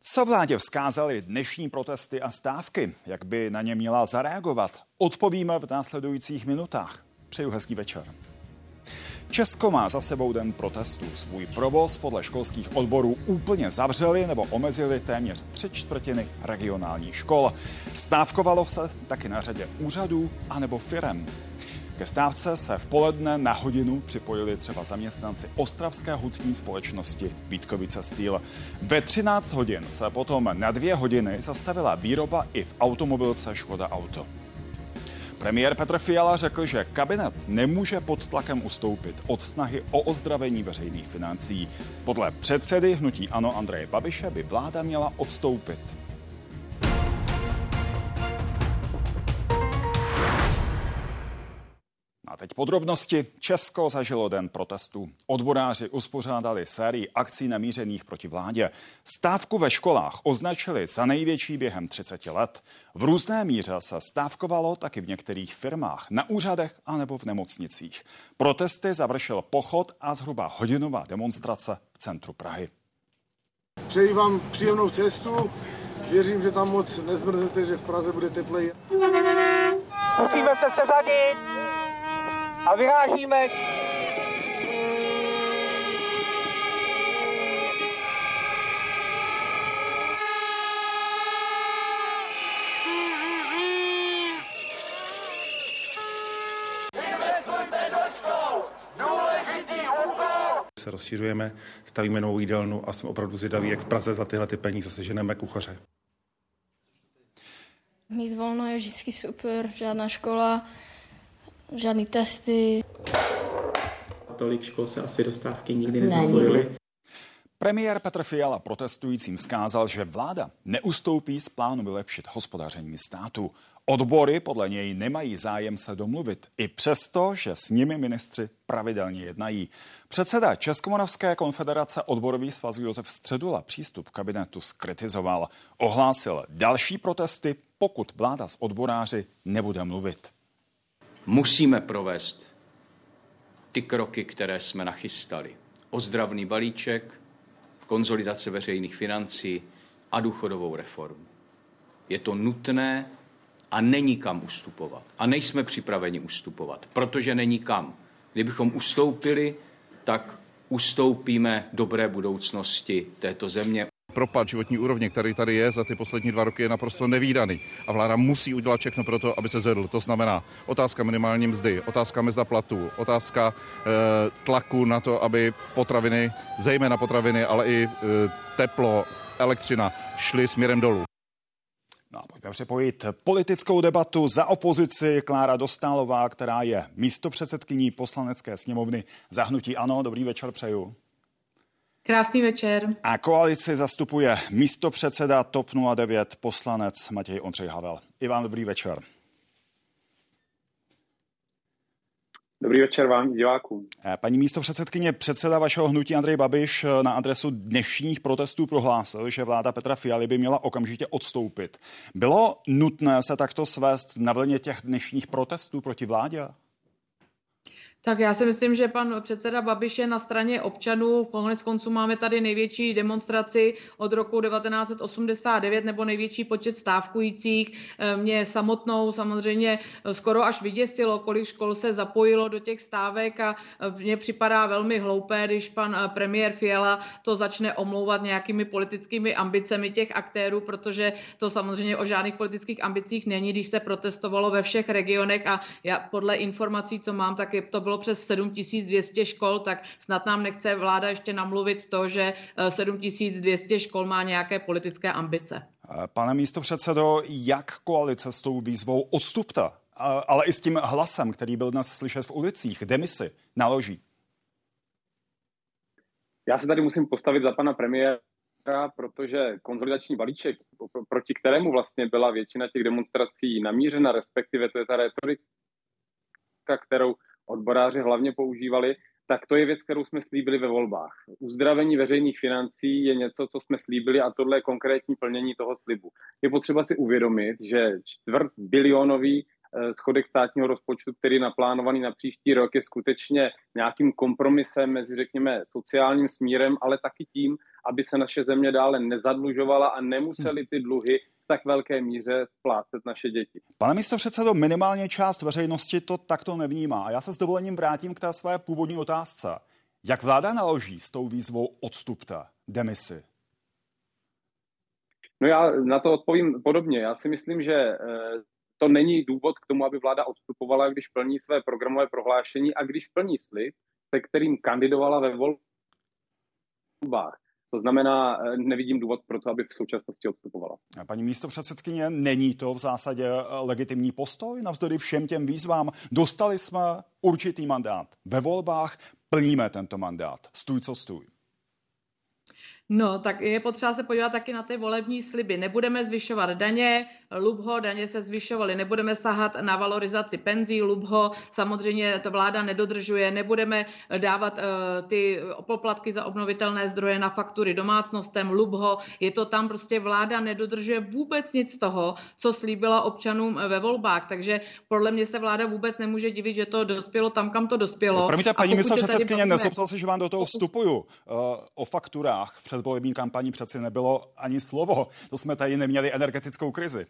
Co vládě vzkázaly dnešní protesty a stávky? Jak by na ně měla zareagovat? Odpovíme v následujících minutách. Přeju hezký večer. Česko má za sebou den protestů. Svůj provoz podle školských odborů úplně zavřeli nebo omezili téměř 3/4 regionálních škol. Stávkovalo se taky na řadě úřadů anebo firem. Ke stávce se v poledne na hodinu připojili třeba zaměstnanci ostravské hutní společnosti Vítkovice Steel. Ve 13 hodin se potom na 2 hodiny zastavila výroba i v automobilce Škoda Auto. Premiér Petr Fiala řekl, že kabinet nemůže pod tlakem ustoupit od snahy o ozdravení veřejných financí. Podle předsedy hnutí ANO Andreje Babiše by vláda měla odstoupit. A teď podrobnosti. Česko zažilo den protestů. Odboráři uspořádali sérii akcí namířených proti vládě. Stávku ve školách označili za největší během 30 let. V různé míře se stávkovalo taky v některých firmách, na úřadech anebo v nemocnicích. Protesty završil pochod a zhruba hodinová demonstrace v centru Prahy. Přeji vám příjemnou cestu. Věřím, že tam moc nezmrzete, že v Praze bude tepleji. Musíme se seřadit a vyrážíme. Investujte do škol! Důležitý úkol! Se rozšiřujeme, stavíme novou jídelnu a jsem opravdu zvědavý, jak v Praze za tyhle peníze seženeme kuchaře. Mít volno je vždycky super, žádná škola, žádný testy. Tolik škol se asi do stávky nikdy nezapojili. Premiér Petr Fiala protestujícím vzkázal, že vláda neustoupí z plánu vylepšit hospodaření státu. Odbory podle něj nemají zájem se domluvit, i přesto, že s nimi ministři pravidelně jednají. Předseda Českomoravské konfederace odborových svazů Josef Středula přístup kabinetu zkritizoval. Ohlásil další protesty, pokud vláda s odboráři nebude mluvit. Musíme provést ty kroky, které jsme nachystali. Ozdravný balíček, konsolidace veřejných financí a důchodovou reformu. Je to nutné a není kam ustupovat. A nejsme připraveni ustupovat, protože není kam. Kdybychom ustoupili, tak ustoupíme dobré budoucnosti této země. Propad životní úrovně, který tady je za ty poslední 2 roky, je naprosto nevídaný. A vláda musí udělat všechno pro to, aby se zvedl. To znamená otázka minimální mzdy, otázka mezda platů, otázka tlaku na to, aby potraviny, zejména potraviny, ale i teplo, elektřina šly směrem dolů. No a pojďme připojit politickou debatu za opozici. Klára Dostálová, která je místopředsedkyní Poslanecké sněmovny za hnutí ANO. Dobrý večer přeju. Krásný večer. A koalici zastupuje místopředseda TOP 09 poslanec Matěj Ondřej Havel. I vám dobrý večer. Dobrý večer vám, divákům. Paní místopředsedkyně, předseda vašeho hnutí Andrej Babiš na adresu dnešních protestů prohlásil, že vláda Petra Fialy by měla okamžitě odstoupit. Bylo nutné se takto svést na vlně těch dnešních protestů proti vládě? Tak já si myslím, že pan předseda Babiš je na straně občanů. Konec konců máme tady největší demonstraci od roku 1989 nebo největší počet stávkujících. Mě samotnou samozřejmě skoro až vyděsilo, kolik škol se zapojilo do těch stávek a mně připadá velmi hloupé, když pan premiér Fiala to začne omlouvat nějakými politickými ambicemi těch aktérů, protože to samozřejmě o žádných politických ambicích není, když se protestovalo ve všech regionech a já podle informací, co mám, tak to bylo přes 7200 škol, tak snad nám nechce vláda ještě namluvit to, že 7200 škol má nějaké politické ambice. Pane místopředsedo, jak koalice s tou výzvou odstupte, ale i s tím hlasem, který byl dnes slyšet v ulicích, demisi, naloží? Já se tady musím postavit za pana premiéra, protože konsolidační balíček, proti kterému vlastně byla většina těch demonstrací namířena, respektive to je ta retorika, kterou odboráři hlavně používali, tak to je věc, kterou jsme slíbili ve volbách. Uzdravení veřejných financí je něco, co jsme slíbili a tohle je konkrétní plnění toho slibu. Je potřeba si uvědomit, že 250 milionů schodek státního rozpočtu, který je naplánovaný na příští rok, je skutečně nějakým kompromisem mezi, řekněme, sociálním smírem, ale taky tím, aby se naše země dále nezadlužovala a nemuseli ty dluhy v tak velké míře splácet naše děti. Pane místopředsedo, minimálně část veřejnosti to takto nevnímá. A já se s dovolením vrátím k té své původní otázce. Jak vláda naloží s tou výzvou odstupte, demisi? No já na to odpovím podobně. Já si myslím, že to není důvod k tomu, aby vláda odstupovala, když plní své programové prohlášení a když plní slib, se kterým kandidovala ve volbách. To znamená, nevidím důvod pro to, aby v současnosti odstupovala. Paní místopředsedkyně, není to v zásadě legitimní postoj navzdory všem těm výzvám? Dostali jsme určitý mandát ve volbách, plníme tento mandát. Stůj, co stůj. No, tak je potřeba se podívat taky na ty volební sliby. Nebudeme zvyšovat daně, lubho, daně se zvyšovaly, nebudeme sahat na valorizaci penzí, lubho, samozřejmě to vláda nedodržuje, nebudeme dávat ty poplatky za obnovitelné zdroje na faktury domácnostem, lubho, je to tam prostě vláda nedodržuje vůbec nic z toho, co slíbila občanům ve volbách, takže podle mě se vláda vůbec nemůže divit, že to dospělo tam, kam to dospělo. Promiňte, paní místopředsedkyně, nezlobte se, že vám do toho vstupuju. O fakturách předvolební kampaní přeci nebylo ani slovo. To jsme tady neměli energetickou krizi.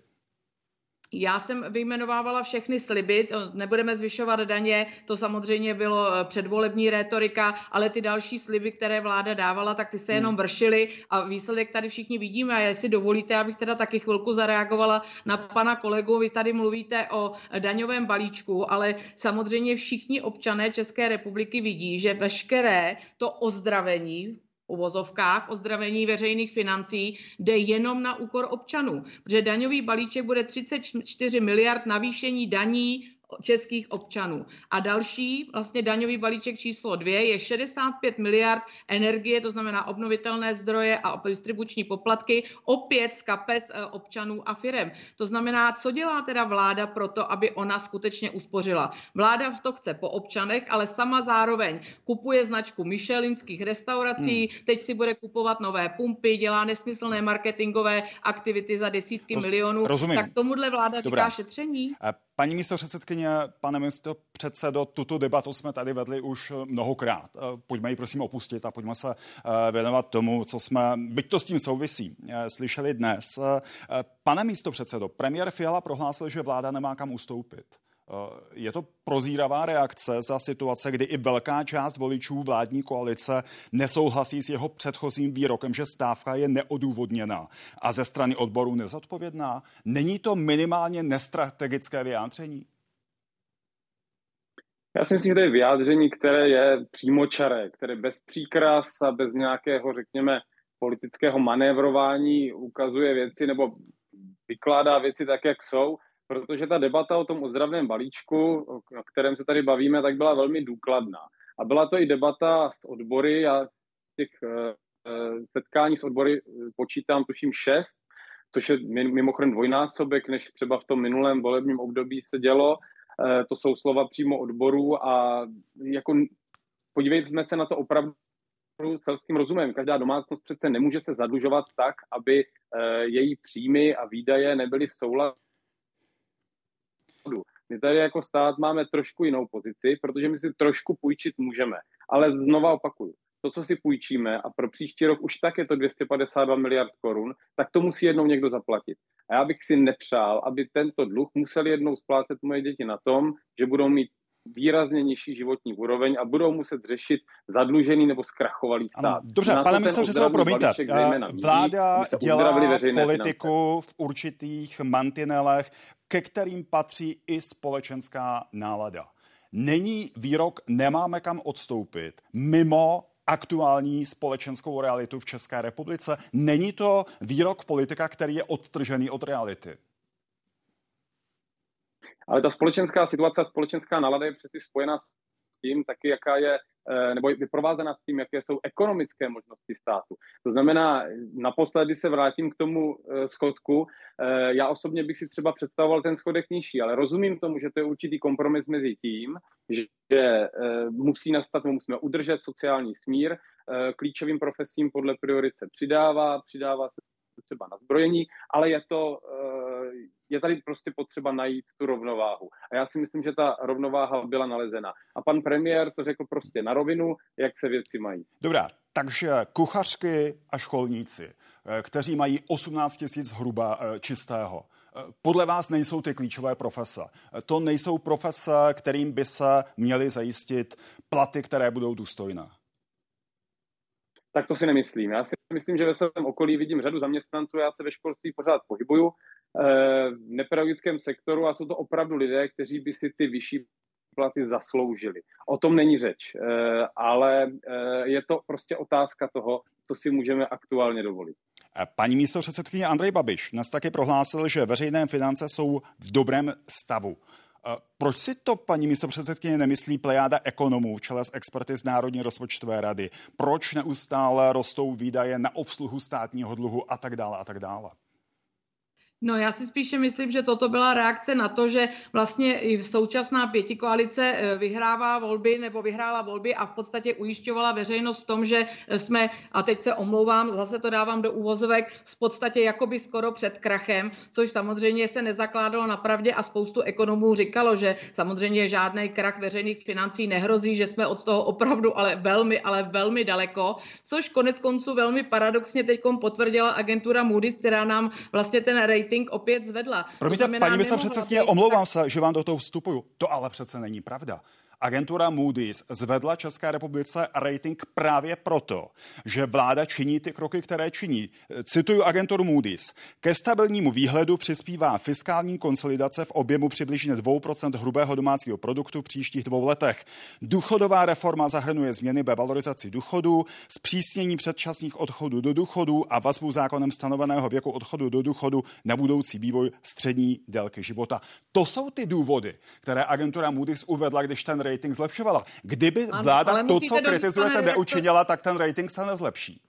Já jsem vyjmenovávala všechny sliby, nebudeme zvyšovat daně, to samozřejmě bylo předvolební rétorika, ale ty další sliby, které vláda dávala, tak ty se jenom vršily a výsledek tady všichni vidíme. A jestli dovolíte, abych teda taky chvilku zareagovala na pana kolegu, vy tady mluvíte o daňovém balíčku, ale samozřejmě všichni občané České republiky vidí, že veškeré to ozdravení, uvozovkách ozdravení veřejných financí jde jenom na úkor občanů, protože daňový balíček bude 34 miliard navýšení daní českých občanů. A další, vlastně daňový balíček číslo 2 je 65 miliard energie, to znamená obnovitelné zdroje a distribuční poplatky, opět z kapes občanů a firem. To znamená, co dělá teda vláda pro to, aby ona skutečně uspořila. Vláda to chce po občanech, ale sama zároveň kupuje značku michelinských restaurací, teď si bude kupovat nové pumpy, dělá nesmyslné marketingové aktivity za desítky milionů. Rozumím. Tak tomuhle vláda říká šetření? Paní místopředsedkyně, pane místopředsedo, tuto debatu jsme tady vedli už mnohokrát. Pojďme ji prosím opustit a pojďme se věnovat tomu, co jsme, byť to s tím souvisí, slyšeli dnes. Pane místopředsedo, premiér Fiala prohlásil, že vláda nemá kam ustoupit. Je to prozíravá reakce za situace, kdy i velká část voličů vládní koalice nesouhlasí s jeho předchozím výrokem, že stávka je neodůvodněná a ze strany odborů nezodpovědná? Není to minimálně nestrategické vyjádření? Já si myslím, že to je vyjádření, které je přímočaré, které bez příkras a bez nějakého, řekněme, politického manévrování ukazuje věci nebo vykládá věci tak, jak jsou. Protože ta debata o tom ozdravném balíčku, o kterém se tady bavíme, tak byla velmi důkladná. A byla to i debata s odbory, já těch setkání s odbory počítám tuším 6, což je mimochodem dvojnásobek, než třeba v tom minulém volebním období se dělo. To jsou slova přímo odborů a jako podívejme se na to opravdu selským rozumem. Každá domácnost přece nemůže se zadlužovat tak, aby její příjmy a výdaje nebyly v souladu. My tady jako stát máme trošku jinou pozici, protože my si trošku půjčit můžeme. Ale znova opakuju, to, co si půjčíme a pro příští rok už tak je to 252 miliard korun, tak to musí jednou někdo zaplatit. A já bych si nepřál, aby tento dluh museli jednou splácet moje děti na tom, že budou mít výrazně nižší životní úroveň a budou muset řešit zadlužený nebo zkrachovalý stát. Dobře, pane místopředsedo, promiňte. Vláda dělá politiku v určitých mantinelech, ke kterým patří i společenská nálada. Není výrok nemáme kam odstoupit mimo aktuální společenskou realitu v České republice? Není to výrok politika, který je odtržený od reality? Ale ta společenská situace, společenská nálada je přeci spojená s tím taky, jaká je, nebo je vyprovázená s tím, jaké jsou ekonomické možnosti státu. To znamená, naposledy se vrátím k tomu schodku. Já osobně bych si třeba představoval ten schodek nižší, ale rozumím tomu, že to je určitý kompromis mezi tím, že musí nastat, musíme udržet sociální smír, klíčovým profesím podle priorice přidává se třeba na zbrojení, ale je tady prostě potřeba najít tu rovnováhu. A já si myslím, že ta rovnováha byla nalezena. A pan premiér to řekl prostě na rovinu, jak se věci mají. Dobrá, takže kuchařky a školníci, kteří mají 18 000 hruba čistého, podle vás nejsou ty klíčové profese. To nejsou profese, kterým by se měly zajistit platy, které budou důstojné. Tak to si nemyslím. Já si myslím, že ve svém okolí vidím řadu zaměstnanců, já se ve školství pořád pohybuju, v nepedagogickém sektoru a jsou to opravdu lidé, kteří by si ty vyšší platy zasloužili. O tom není řeč, ale je to prostě otázka toho, co si můžeme aktuálně dovolit. Paní místopředsedkyně Andrej Babiš dnes taky prohlásil, že veřejné finance jsou v dobrém stavu. Proč si to, paní místopředsedkyně, nemyslí plejáda ekonomů v čele s experty z Národní rozpočtové rady? Proč neustále rostou výdaje na obsluhu státního dluhu a tak dále a tak dále? No, já si spíše myslím, že toto byla reakce na to, že vlastně i současná pětikoalice vyhrává volby nebo vyhrála volby a v podstatě ujišťovala veřejnost v tom, že jsme, a teď se omlouvám, zase to dávám do úvozovek, v podstatě jakoby skoro před krachem, což samozřejmě se nezakládalo na pravdě a spoustu ekonomů říkalo, že samozřejmě žádný krach veřejných financí nehrozí, že jsme od toho opravdu ale velmi daleko, což konec konců velmi paradoxně teďkom potvrdila agentura Moody's, která nám vlastně ten rating opět zvedla. Promiňte, paní místopředsedkyně, omlouvám se, že vám do toho vstupuju. To ale přece není pravda. Agentura Moody's zvedla České republice rating právě proto, že vláda činí ty kroky, které činí. Cituju agenturu Moody's. Ke stabilnímu výhledu přispívá fiskální konsolidace v objemu přibližně 2% hrubého domácího produktu v příštích 2 letech. Důchodová reforma zahrnuje změny ve valorizaci důchodů, zpřísnění předčasných odchodů do důchodu a vazbu zákonem stanoveného věku odchodu do důchodu na budoucí vývoj střední délky života. To jsou ty důvody, které agentura Moody's uvedla, když ten rating zlepšovala. Kdyby vláda to, co kritizujete, neučinila, tak ten rating se nezlepší.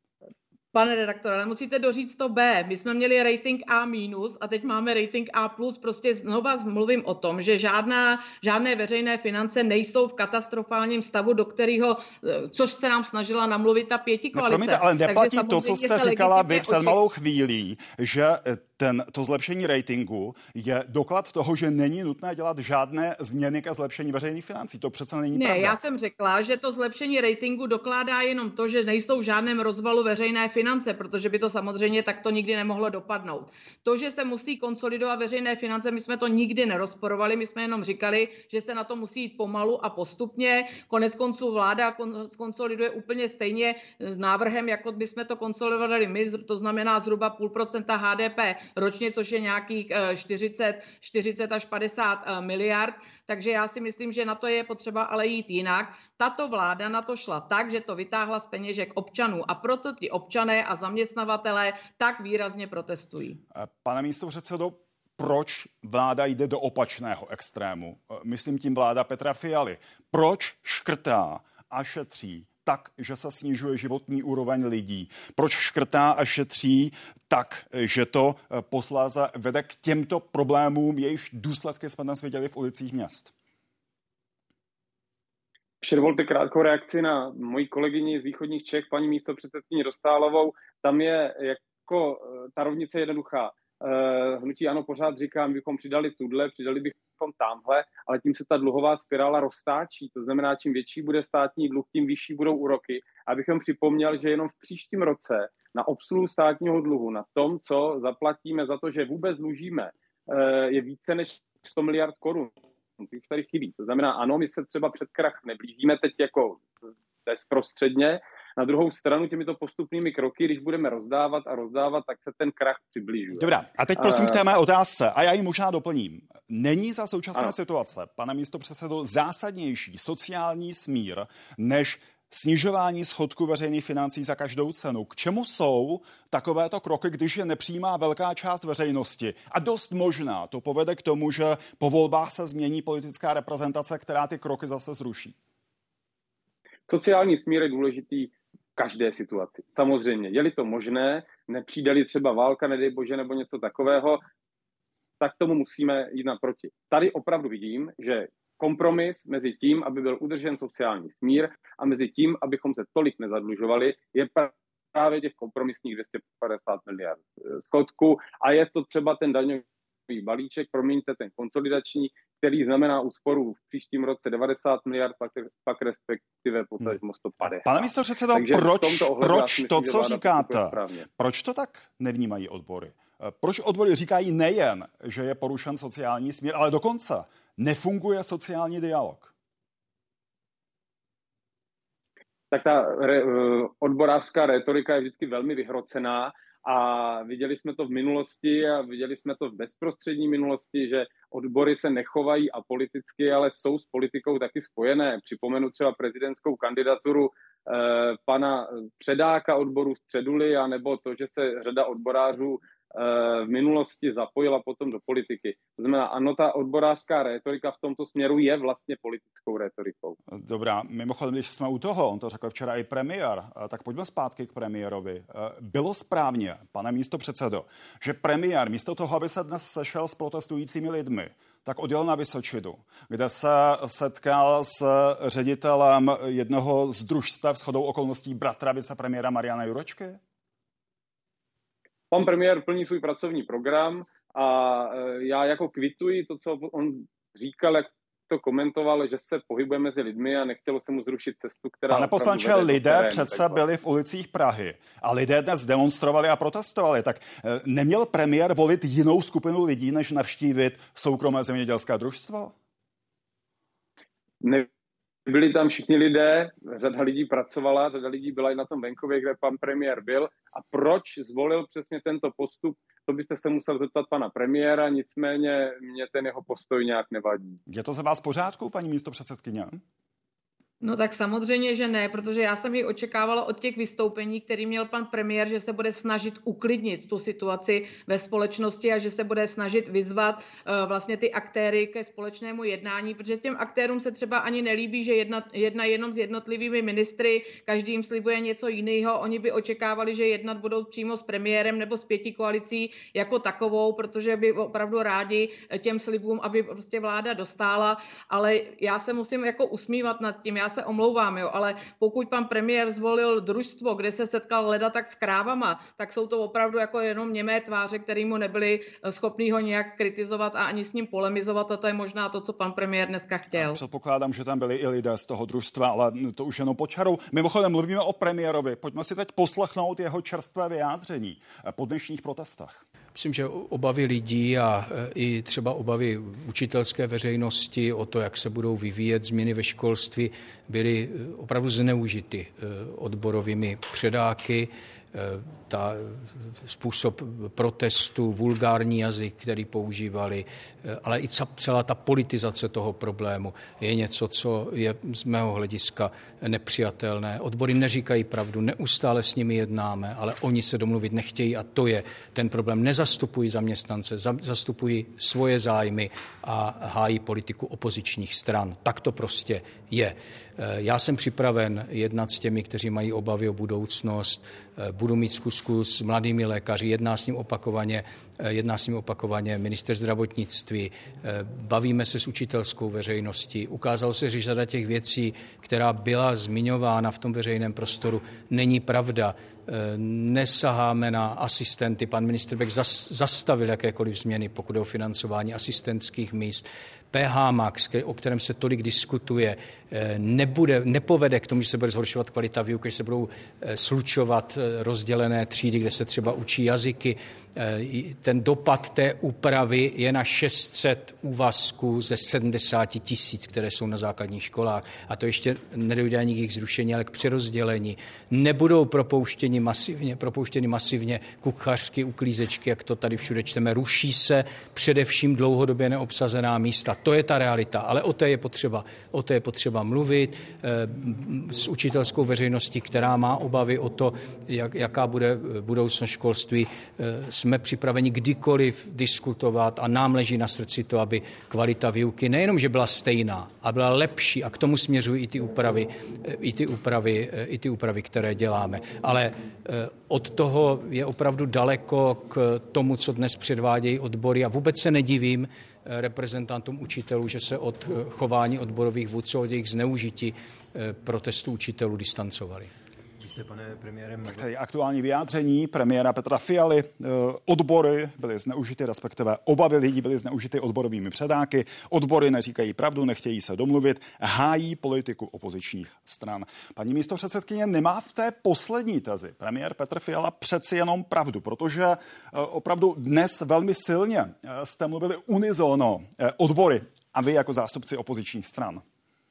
Pane redaktore, ale musíte doříct to B. My jsme měli rating A- a teď máme rating A+. Prostě znova mluvím o tom, že žádné veřejné finance nejsou v katastrofálním stavu, do kterého, což se nám snažila namluvit ta pětikoalice. Promiňte, ale neplatí to, co jste říkala vy před malou chvílí, že to zlepšení ratingu je doklad toho, že není nutné dělat žádné změny ke zlepšení veřejných financí. To přece není pravda. Ne, já jsem řekla, že to zlepšení ratingu dokládá jenom to, že nejsou v žádném rozvalu veřejné finance, protože by to samozřejmě takto nikdy nemohlo dopadnout. To, že se musí konsolidovat veřejné finance, my jsme to nikdy nerozporovali, my jsme jenom říkali, že se na to musí jít pomalu a postupně. Konec konců vláda konsoliduje úplně stejně s návrhem, jako bychom to konsolidovali my, to znamená zhruba 0,5% HDP ročně, což je nějakých 40 až 50 miliard. Takže já si myslím, že na to je potřeba ale jít jinak. Tato vláda na to šla tak, že to vytáhla z peněžek občanů a proto ti občané a zaměstnavatelé tak výrazně protestují. Pane místopředsedo, proč vláda jde do opačného extrému? Myslím tím vláda Petra Fialy. Proč škrtá a šetří tak, že se snižuje životní úroveň lidí? Proč škrtá a šetří tak, že to posléze vede k těmto problémům, jejichž důsledky jsme dnes viděli v ulicích měst? Ještě dovolte krátkou reakci na moji kolegyni z východních Čech, paní místopředsedkyni Dostálovou. Tam je jako ta rovnice jednoduchá. Hnutí ANO pořád říká, my bychom přidali bychom tamhle, ale tím se ta dluhová spirála roztáčí. To znamená, čím větší bude státní dluh, tím vyšší budou úroky. Abychom připomněl, že jenom v příštím roce na obsluhu státního dluhu, na tom, co zaplatíme za to, že vůbec dlužíme, je více než 100 miliard korun. Ty už tady chybí. To znamená, ano, my se třeba před krach neblížíme teď jako bezprostředně. Na druhou stranu těmito postupnými kroky, když budeme rozdávat, tak se ten krach přibližuje. Dobrá, a teď prosím k té mé otázce, a já ji možná doplním. Není za současné situace, pane místopředsedo, zásadnější sociální smír, než snižování schodku veřejných financí za každou cenu? K čemu jsou takovéto kroky, když je nepřijímá velká část veřejnosti? A dost možná to povede k tomu, že po volbách se změní politická reprezentace, která ty kroky zase zruší. Sociální smír je důležitý v každé situaci. Samozřejmě, je-li to možné, nepřijde-li třeba válka, nedej bože, nebo něco takového, tak tomu musíme jít naproti. Tady opravdu vidím, že kompromis mezi tím, aby byl udržen sociální smír a mezi tím, abychom se tolik nezadlužovali, je právě těch kompromisních 250 miliard schodku a je to třeba ten daňový balíček, promiňte, ten konsolidační, který znamená úsporu v příštím roce 90 miliard, pak respektive potažmo 150. Pane místopředsedo, proč to, co říkáte, proč to tak nevnímají odbory? Proč odbory říkají nejen, že je porušen sociální smír, ale dokonce nefunguje sociální dialog? Tak ta odborářská rétorika je vždycky velmi vyhrocená a viděli jsme to v minulosti a viděli jsme to v bezprostřední minulosti, že odbory se nechovají apoliticky, ale jsou s politikou taky spojené. Připomenu třeba prezidentskou kandidaturu pana předáka odboru Středuly, anebo to, že se řada odborářů v minulosti zapojila potom do politiky. To znamená, ano, ta odborářská rétorika v tomto směru je vlastně politickou rétorikou. Dobrá, mimochodem, když jsme u toho, on to řekl včera i premiér, tak pojďme zpátky k premiérovi. Bylo správně, pane místopředsedo, že premiér místo toho, aby se dnes sešel s protestujícími lidmi, tak odjel na Vysočinu, kde se setkal s ředitelem jednoho z družstev shodou okolností bratra vicepremiéra Mariana Jurečky? Pan premiér plní svůj pracovní program a já jako kvituji to, co on říkal, jak to komentoval, že se pohybuje mezi lidmi a nechtělo se mu zrušit cestu, která... Pane poslanče, lidé přece byli v ulicích Prahy a lidé dnes demonstrovali a protestovali. Tak neměl premiér volit jinou skupinu lidí, než navštívit soukromé zemědělské družstvo? Byli tam všichni lidé, řada lidí pracovala, řada lidí byla i na tom venkově, kde pan premiér byl. A proč zvolil přesně tento postup, to byste se musel zeptat pana premiéra, nicméně mě ten jeho postoj nějak nevadí. Je to za vás v pořádku, paní místopředsedkyně? No tak samozřejmě, že ne, protože já jsem ji očekávala od těch vystoupení, který měl pan premiér, že se bude snažit uklidnit tu situaci ve společnosti a že se bude snažit vyzvat vlastně ty aktéry ke společnému jednání, protože těm aktérům se třeba ani nelíbí, že jedná jenom s jednotlivými ministry, každý jim slibuje něco jiného, oni by očekávali, že jednat budou přímo s premiérem nebo s pětikoalicí jako takovou, protože by opravdu rádi těm slibům, aby prostě vláda dostála, ale já se musím jako usmívat nad tím, já se omlouvám, jo, ale pokud pan premiér zvolil družstvo, kde se setkal leda tak s krávama, tak jsou to opravdu jako jenom němé tváře, který mu nebyli schopní ho nějak kritizovat a ani s ním polemizovat, a to je možná to, co pan premiér dneška chtěl. Předpokládám, že tam byli i lidé z toho družstva, ale to už jenom pod čarou. Mimochodem mluvíme o premiérovi. Pojďme si teď poslechnout jeho čerstvé vyjádření po dnešních protestech. Myslím, že obavy lidí a i třeba obavy učitelské veřejnosti o to, jak se budou vyvíjet změny ve školství, byly opravdu zneužity odborovými předáky. Ta způsob protestu, vulgární jazyk, který používali, ale i celá ta politizace toho problému je něco, co je z mého hlediska nepřijatelné. Odbory neříkají pravdu, neustále s nimi jednáme, ale oni se domluvit nechtějí a to je ten problém. Nezastupují zaměstnance, zastupují svoje zájmy a hájí politiku opozičních stran. Tak to prostě je. Já jsem připraven jednat s těmi, kteří mají obavy o budoucnost, budu mít zkusku s mladými lékaři, jedná s ním opakovaně ministr zdravotnictví, bavíme se s učitelskou veřejností. Ukázalo se, že řada těch věcí, která byla zmiňována v tom veřejném prostoru, není pravda. Nesaháme na asistenty. Pan ministr Bek zastavil jakékoliv změny, pokud je o financování asistentských míst. PH Max, o kterém se tolik diskutuje, nepovede k tomu, že se bude zhoršovat kvalita výuky, že se budou slučovat rozdělené třídy, kde se třeba učí jazyky. Ten dopad té úpravy je na 600 úvazků ze 70 000, které jsou na základních školách. A to ještě nedojde ani k jejich zrušení, ale k přerozdělení. Nebudou propouštěni masivně kuchařky, uklízečky, jak to tady všude čteme. Ruší se především dlouhodobě neobsazená místa. To je ta realita, ale o té je potřeba mluvit s učitelskou veřejností, která má obavy o to, jaká bude budoucnost školství. Jsme připraveni kdykoliv diskutovat a nám leží na srdci to, aby kvalita výuky nejenom, že byla stejná, a byla lepší a k tomu směřují i ty úpravy, které děláme. Ale od toho je opravdu daleko k tomu, co dnes předvádějí odbory a vůbec se nedivím reprezentantům učitelů, že se od chování odborových vůdců, od jejich zneužití protestu učitelů distancovali. Jste, pane premiére, tak tady aktuální vyjádření premiéra Petra Fialy. Odbory byly zneužity, respektive obavy lidí byly zneužity odborovými předáky. Odbory neříkají pravdu, nechtějí se domluvit, hájí politiku opozičních stran. Paní místopředsedkyně, nemá v té poslední tezi premiér Petr Fiala přeci jenom pravdu, protože opravdu dnes velmi silně jste mluvili unisono odbory a vy jako zástupci opozičních stran.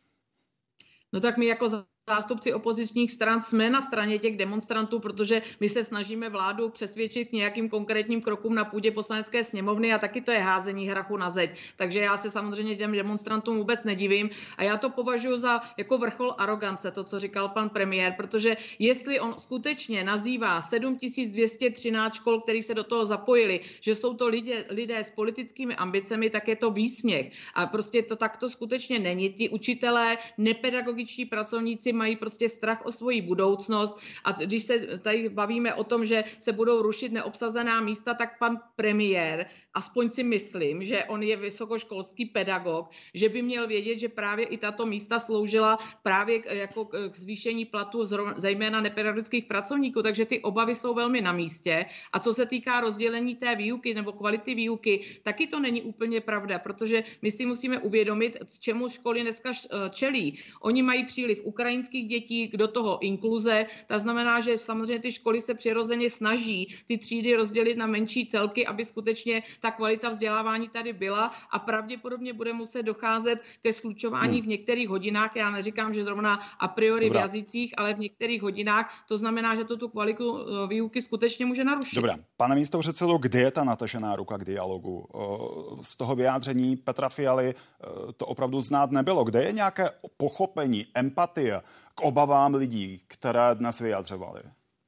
No tak my jako zástupci opozičních stran jsme na straně těch demonstrantů, protože my se snažíme vládu přesvědčit k nějakým konkrétním krokům na půdě Poslanecké sněmovny a taky to je házení hrachu na zeď. Takže já se samozřejmě těm demonstrantům vůbec nedivím a já to považuji za jako vrchol arogance, to, co říkal pan premiér, protože jestli on skutečně nazývá 7213 škol, který se do toho zapojili, že jsou to lidé s politickými ambicemi, tak je to výsměch. A prostě to takto skutečně není. Ti učitelé, nepedagogičtí pracovníci mají prostě strach o svoji budoucnost a když se tady bavíme o tom, že se budou rušit neobsazená místa, tak pan premiér, aspoň si myslím, že on je vysokoškolský pedagog, že by měl vědět, že právě i tato místa sloužila právě jako k zvýšení platu zejména nepedagogických pracovníků, takže ty obavy jsou velmi na místě. A co se týká rozdělení té výuky nebo kvality výuky, taky to není úplně pravda, protože my si musíme uvědomit, z čemu školy dneska čelí. Oni mají příliv ukrajinských dětí, do toho inkluze. To znamená, že samozřejmě ty školy se přirozeně snaží ty třídy rozdělit na menší celky, aby skutečně ta kvalita vzdělávání tady byla a pravděpodobně bude muset docházet ke slučování v některých hodinách. Já neříkám, že zrovna a priori v jazycích, ale v některých hodinách. To znamená, že to tu kvalitu výuky skutečně může narušit. Dobrá. Pane místopředsedo, kde je ta natažená ruka k dialogu? Z toho vyjádření Petra Fialy to opravdu znát nebylo. Kde je nějaké pochopení, empatie k obavám lidí, které dnes vyjadřovali?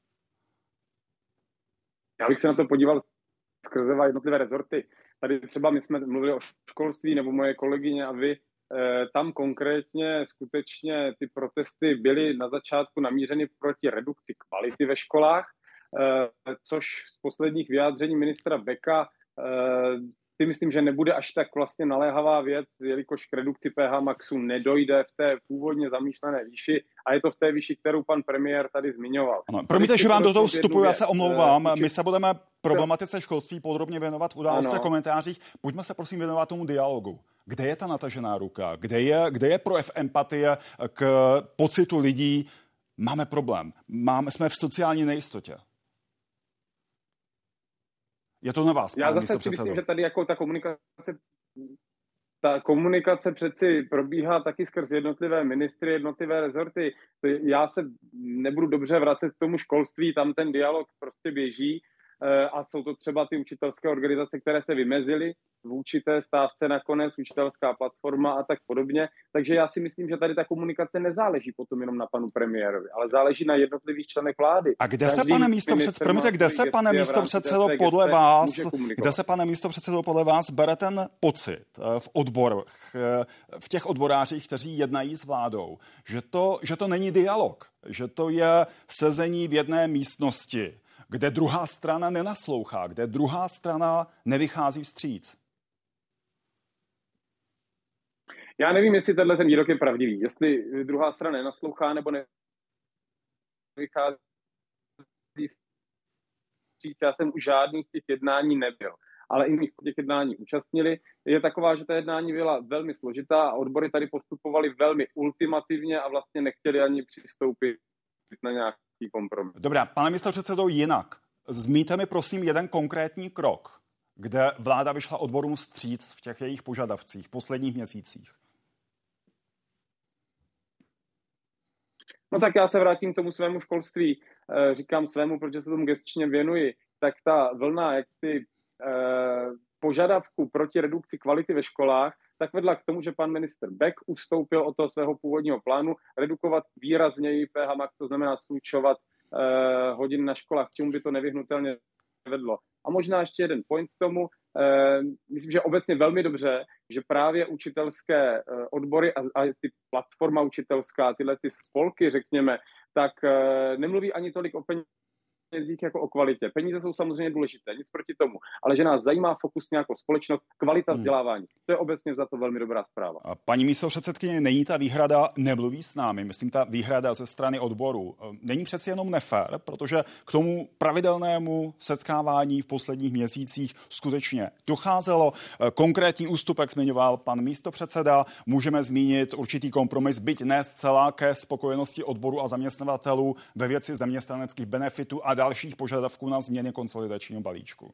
Já bych se na to podíval skrze jednotlivé rezorty. Tady třeba my jsme mluvili o školství, nebo moje kolegyně a vy, tam konkrétně skutečně ty protesty byly na začátku namířeny proti redukci kvality ve školách, což z posledních vyjádření ministra Beka si myslím, že nebude až tak vlastně naléhavá věc, jelikož k redukci PH Maxu nedojde v té původně zamýšlené výši a je to v té výši, kterou pan premiér tady zmiňoval. Ano, promiňte, že vám do toho vstupuji, já se omlouvám. My se budeme problematice školství podrobně věnovat v Událostech a komentářích. Pojďme se prosím věnovat tomu dialogu. Kde je ta natažená ruka? Kde je projev empatie k pocitu lidí? Máme problém. jsme v sociální nejistotě. Je to na vás, já zase si myslím, že tady jako ta komunikace přeci probíhá taky skrz jednotlivé ministry, jednotlivé rezorty. Já se nebudu dobře vracet k tomu školství, tam ten dialog prostě běží a jsou to třeba ty učitelské organizace, které se vymezily vůči té stávce nakonec, učitelská platforma a tak podobně. Takže já si myslím, že tady ta komunikace nezáleží potom jenom na panu premiérovi, ale záleží na jednotlivých členech vlády. A kde se, pane místopředsedo, podle vás bere ten pocit v odborech, v těch odborářích, kteří jednají s vládou, že to není dialog, že to je sezení v jedné místnosti, kde druhá strana nenaslouchá, kde druhá strana nevychází vstříc? Já nevím, jestli tenhle ten výrok je pravdivý, jestli druhá strana nenaslouchá nebo nevychází vstříc. Já jsem u žádných těch jednání nebyl, ale i těch jednání účastnili. Je taková, že ta jednání byla velmi složitá a odbory tady postupovaly velmi ultimativně a vlastně nechtěli ani přistoupit na nějaký kompromis. Dobrá, pane místopředsedo, jinak. Zmíňte mi prosím jeden konkrétní krok, kde vláda vyšla odborům vstříc v těch jejich požadavcích v posledních měsících. No tak já se vrátím k tomu svému školství. Říkám svému, protože se tomu gesčně věnuji. Tak ta vlna požadavku proti redukci kvality ve školách tak vedla k tomu, že pan ministr Bek ustoupil od toho svého původního plánu redukovat výrazněji PH Max, to znamená slučovat hodin na školách, k čemu by to nevyhnutelně vedlo. A možná ještě jeden point k tomu. Myslím, že obecně velmi dobře, že právě učitelské odbory a ty platforma učitelská, tyhle ty spolky, řekněme, tak nemluví ani tolik o penězích jako o kvalitě. Peníze jsou samozřejmě důležité, nic proti tomu, ale že nás zajímá fokusně jako společnost, kvalita vzdělávání. To je obecně za to velmi dobrá zpráva. Paní místopředsedkyně, není ta výhrada nemluví s námi, myslím ta výhrada ze strany odboru. Není přeci jenom nefér, protože k tomu pravidelnému setkávání v posledních měsících skutečně docházelo. Konkrétní ústupek zmiňoval pan místopředseda, můžeme zmínit určitý kompromis, byť ne zcela ke spokojenosti odboru a zaměstnavatelů ve věci zaměstnaneckých benefitů a dalších požadavků na změny konsolidačního balíčku.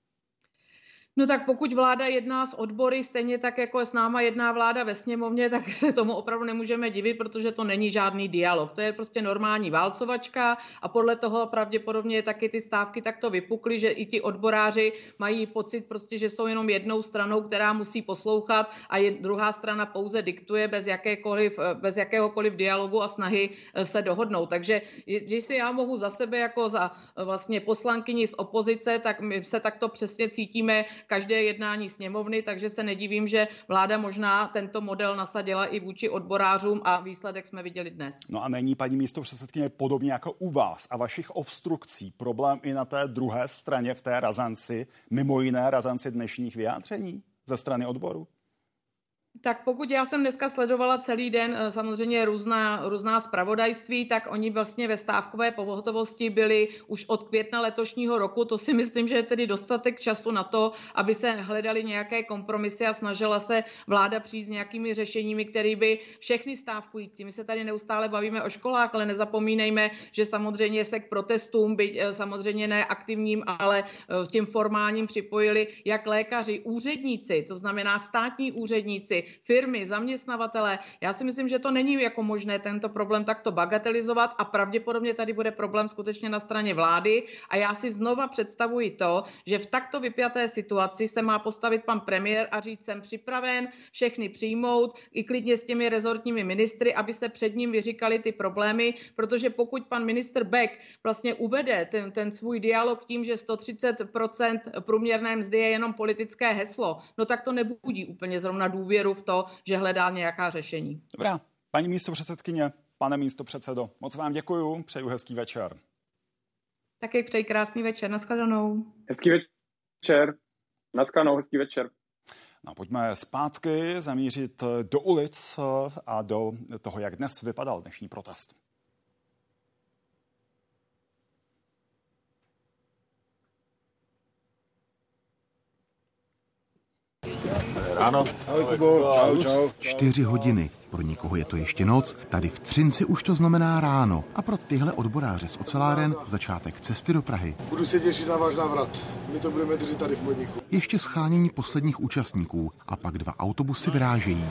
No tak pokud vláda jedná s odbory, stejně tak jako s náma jedná vláda ve sněmovně, tak se tomu opravdu nemůžeme divit, protože to není žádný dialog. To je prostě normální válcovačka a podle toho pravděpodobně taky ty stávky takto vypukly, že i ti odboráři mají pocit prostě, že jsou jenom jednou stranou, která musí poslouchat a druhá strana pouze diktuje bez jakéhokoliv dialogu a snahy se dohodnout. Takže když si já mohu za sebe jako za vlastně poslankyni z opozice, tak my se takto přesně cítíme každé jednání sněmovny, takže se nedivím, že vláda možná tento model nasadila i vůči odborářům a výsledek jsme viděli dnes. No a není, paní místopředsedkyně, podobně jako u vás a vašich obstrukcí problém i na té druhé straně v té razanci, mimo jiné razanci dnešních vyjádření ze strany odboru? Tak pokud já jsem dneska sledovala celý den samozřejmě různá zpravodajství, tak oni vlastně ve stávkové pohotovosti byli už od května letošního roku. To si myslím, že je tedy dostatek času na to, aby se hledali nějaké kompromisy a snažila se vláda přijít s nějakými řešeními, které by všechny stávkující. My se tady neustále bavíme o školách, ale nezapomínejme, že samozřejmě se k protestům, byť samozřejmě ne aktivním, ale tím formálním připojili jak lékaři, úředníci, to znamená státní úředníci, firmy, zaměstnavatele. Já si myslím, že to není jako možné tento problém takto bagatelizovat a pravděpodobně tady bude problém skutečně na straně vlády a já si znova představuji to, že v takto vypjaté situaci se má postavit pan premiér a říct, jsem připraven všechny přijmout, i klidně s těmi rezortními ministry, aby se před ním vyříkali ty problémy, protože pokud pan ministr Bek vlastně uvede ten svůj dialog tím, že 130% průměrné mzdy je jenom politické heslo, no tak to nebudí úplně zrovna důvěru v to, že hledá nějaká řešení. Dobrá, paní místopředsedkyně, pane místopředsedo, moc vám děkuju, přeju hezký večer. Taky přeji krásný večer, nashledanou. Hezký večer, nashledanou, hezký večer. No, pojďme zpátky zamířit do ulic a do toho, jak dnes vypadal dnešní protest. Ráno. Ahoj, Kubo. Čau. 4 hodiny. Pro někoho je to ještě noc, tady v Třinci už to znamená ráno. A pro tyhle odboráře z oceláren začátek cesty do Prahy. Budu se těšit na váš návrat. My to budeme držet tady v podniku. Ještě schánění posledních účastníků a pak 2 autobusy vyrážejí.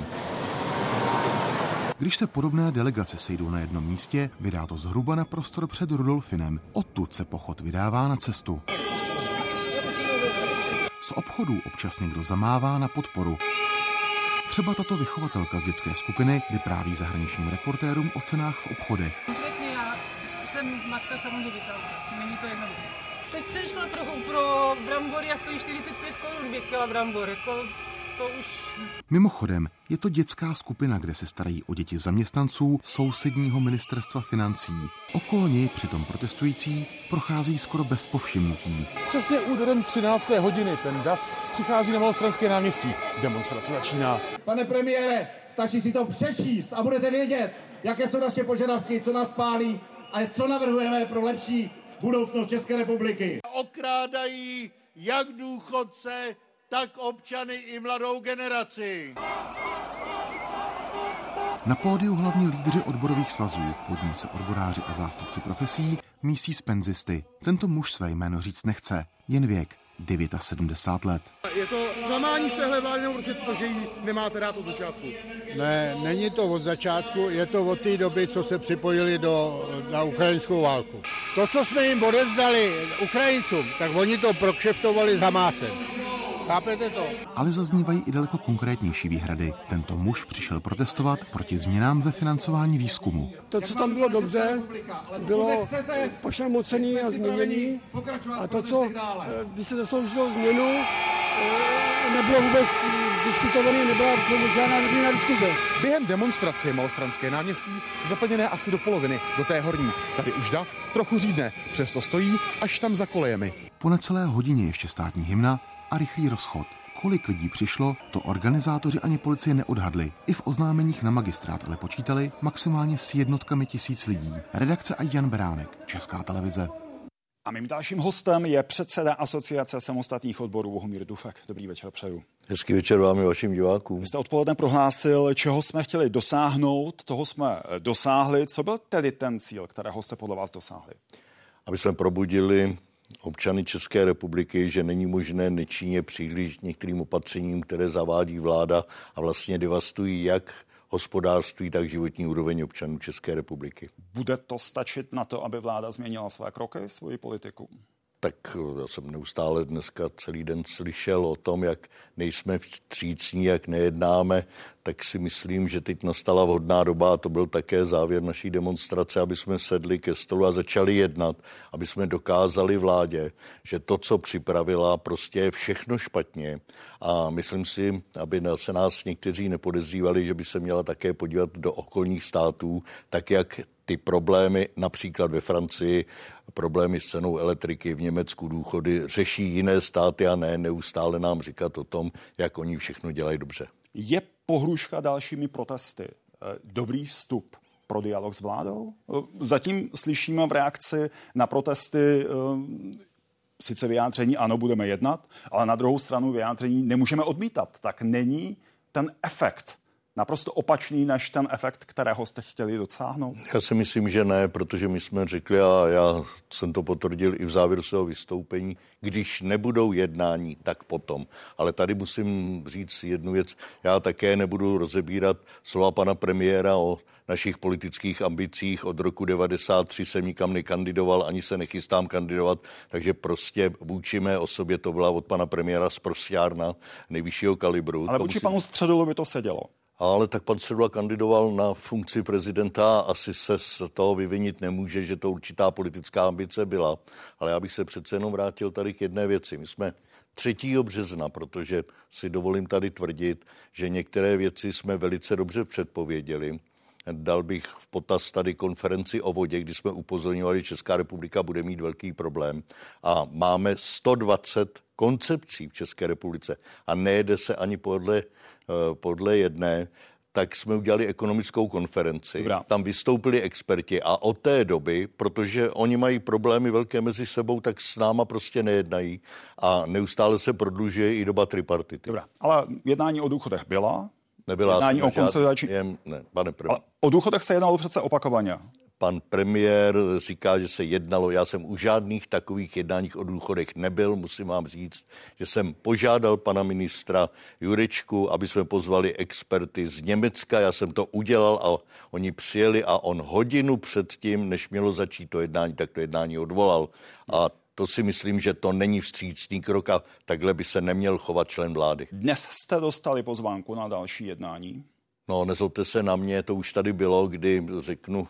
Když se podobné delegace sejdou na jednom místě, vydá to zhruba na prostor před Rudolfinem. Odtud se pochod vydává na cestu. Z obchodů občas někdo zamává na podporu. Třeba tato vychovatelka z dětské skupiny vypráví zahraničním reportérům o cenách v obchodech. Konkrétně já jsem matka samoživitelka, není to jednoduché. Teď jsem šla pro brambory a stojí 45 korun 2 kg brambor, jako to už... Mimochodem, je to dětská skupina, kde se starají o děti zaměstnanců sousedního ministerstva financí. Okolo něj přitom protestující prochází skoro bez povšimnutí. Přesně úterem 13. hodiny ten dav přichází na Malostranské náměstí. Demonstrace začíná. Pane premiére, stačí si to přečíst a budete vědět, jaké jsou naše požadavky, co nás pálí a co navrhujeme pro lepší budoucnost České republiky. Okrádají jak důchodce, tak občany i mladou generaci. Na pódiu hlavní lídři odborových svazů, pod ním se odboráři a zástupci profesí mísí s penzisty. Tento muž své jméno říct nechce, jen věk 79 let. Je to zklamání z téhle vlády, nebo prostě to, že ji nemáte rád od začátku? Ne, není to od začátku, je to od té doby, co se připojili na ukrajinskou válku. To, co jsme jim odevzdali Ukrajincům, tak oni to prokšeftovali za másem. Chápete to? Ale zaznívají i daleko konkrétnější výhrady. Tento muž přišel protestovat proti změnám ve financování výzkumu. To, co tam bylo dobře, bylo pošramocený a změněný. A to, co by se zasloužilo změnu, nebylo vůbec diskutované, nebyla žádná veřejná diskuze. Během demonstrace Malostranské náměstí zaplněné asi do poloviny, do té horní. Tady už dav trochu řídne, přesto stojí až tam za kolejemi. Po necelé hodině ještě státní hymna a rychlý rozchod. Kolik lidí přišlo, to organizátoři ani policie neodhadli. I v oznámeních na magistrát ale počítali maximálně s jednotkami tisíc lidí. Redakce a Jan Beránek, Česká televize. A mým dalším hostem je předseda Asociace samostatných odborů Bohumír Dufek. Dobrý večer přeju. Hezký večer vám i vašim divákům. Vy jste odpoledne prohlásil, čeho jsme chtěli dosáhnout, toho jsme dosáhli. Co byl tedy ten cíl, kterého jste podle vás dosáhli? Aby jsme probudili občany České republiky, že není možné nečinně příliš některým opatřením, které zavádí vláda a vlastně devastují jak hospodářství, tak životní úroveň občanů České republiky. Bude to stačit na to, aby vláda změnila své kroky, svoji politiku? Tak já jsem neustále dneska celý den slyšel o tom, jak nejsme vstřícní, jak nejednáme, tak si myslím, že teď nastala vhodná doba a to byl také závěr naší demonstrace, aby jsme sedli ke stolu a začali jednat, aby jsme dokázali vládě, že to, co připravila, prostě je všechno špatně a myslím si, aby se nás někteří nepodezřívali, že by se měla také podívat do okolních států, tak jak ty problémy například ve Francii, problémy s cenou elektriky v Německu, důchody řeší jiné státy a ne neustále nám říkat o tom, jak oni všechno dělají dobře. Je pohrůžka dalšími protesty dobrý vstup pro dialog s vládou? Zatím slyšíme v reakci na protesty sice vyjádření ano, budeme jednat, ale na druhou stranu vyjádření nemůžeme odmítat. Tak není ten efekt naprosto opačný než ten efekt, kterého jste chtěli dosáhnout? Já si myslím, že ne, protože my jsme řekli, a já jsem to potvrdil i v závěru svého vystoupení, když nebudou jednání, tak potom. Ale tady musím říct jednu věc. Já také nebudu rozebírat slova pana premiéra o našich politických ambicích. Od roku 1993 jsem nikam nekandidoval, ani se nechystám kandidovat, takže prostě vůči mé osobě to byla od pana premiéra sprosťárna nejvyššího kalibru. Ale vůči panu Středulu by to sedělo. Ale tak pan Středula kandidoval na funkci prezidenta a asi se z toho vyvinit nemůže, že to určitá politická ambice byla. Ale já bych se přece jenom vrátil tady k jedné věci. My jsme 3. března, protože si dovolím tady tvrdit, že některé věci jsme velice dobře předpověděli. Dal bych v potaz tady konferenci o vodě, kdy jsme upozorňovali, že Česká republika bude mít velký problém. A máme 120 koncepcí v České republice a nejede se ani podle jedné, tak jsme udělali ekonomickou konferenci. Dobrá. Tam vystoupili experti a od té doby, protože oni mají problémy velké mezi sebou, tak s náma prostě nejednají a neustále se prodlužuje i doba tripartity. Dobrá, ale jednání o důchodech byla? Nebyla. Jednání o konsolidační... Ne, pane premiér. O důchodech se jednalo přece opakovaně. Pan premiér říká, že se jednalo. Já jsem u žádných takových jednáních o důchodech nebyl. Musím vám říct, že jsem požádal pana ministra Jurečku, aby jsme pozvali experty z Německa. Já jsem to udělal a oni přijeli a on hodinu předtím, než mělo začít to jednání, tak to jednání odvolal. A to si myslím, že to není vstřícný krok a takhle by se neměl chovat člen vlády. Dnes jste dostali pozvánku na další jednání? No, nezlobte se na mě, to už tady bylo, kdy řeknu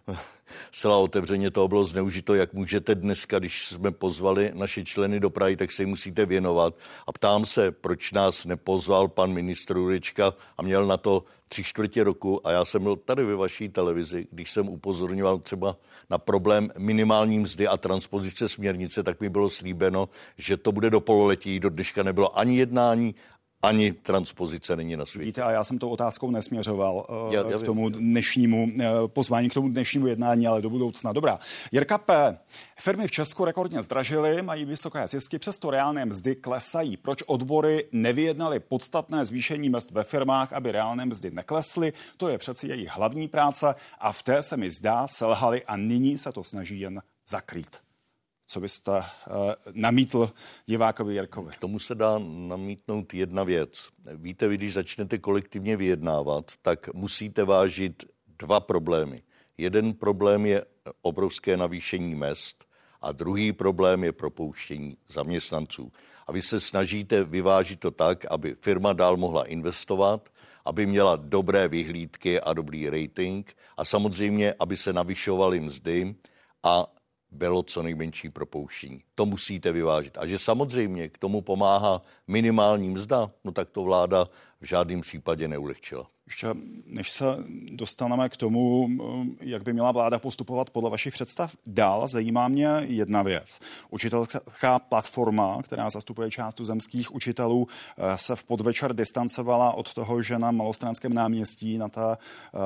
zcela otevřeně, to bylo zneužito, jak můžete dneska, když jsme pozvali naše členy do Prahy, tak se jim musíte věnovat. A ptám se, proč nás nepozval pan ministr Jurečka a měl na to 3/4 roku a já jsem byl tady ve vaší televizi, když jsem upozorňoval třeba na problém minimální mzdy a transpozice směrnice, tak mi bylo slíbeno, že to bude do pololetí, do dneška nebylo ani jednání, ani transpozice není na světě. Víte, a já jsem tou otázkou nesměřoval k tomu dnešnímu pozvání, k tomu dnešnímu jednání, ale do budoucna. Dobrá. Jirka P. Firmy v Česku rekordně zdražily, mají vysoké zisky, přesto reálné mzdy klesají. Proč odbory nevyjednaly podstatné zvýšení mezd ve firmách, aby reálné mzdy neklesly? To je přeci jejich hlavní práce a v té se mi zdá selhali a nyní se to snaží jen zakrýt. Co byste namítl divákovi Jirkovi? K tomu se dá namítnout jedna věc. Víte, vy, když začnete kolektivně vyjednávat, tak musíte vážit 2 problémy. Jeden problém je obrovské navýšení mezd a druhý problém je propouštění zaměstnanců. a vy se snažíte vyvážit to tak, aby firma dál mohla investovat, aby měla dobré vyhlídky a dobrý rating a samozřejmě, aby se navyšovaly mzdy a bylo co nejmenší propouštění. To musíte vyvážit. A že samozřejmě k tomu pomáhá minimální mzda, no tak to vláda v žádném případě neulehčila. Ještě než se dostaneme k tomu, jak by měla vláda postupovat podle vašich představ dál, zajímá mě jedna věc. Učitelská platforma, která zastupuje část tuzemských učitelů, se v podvečer distancovala od toho, že na Malostranském náměstí na ta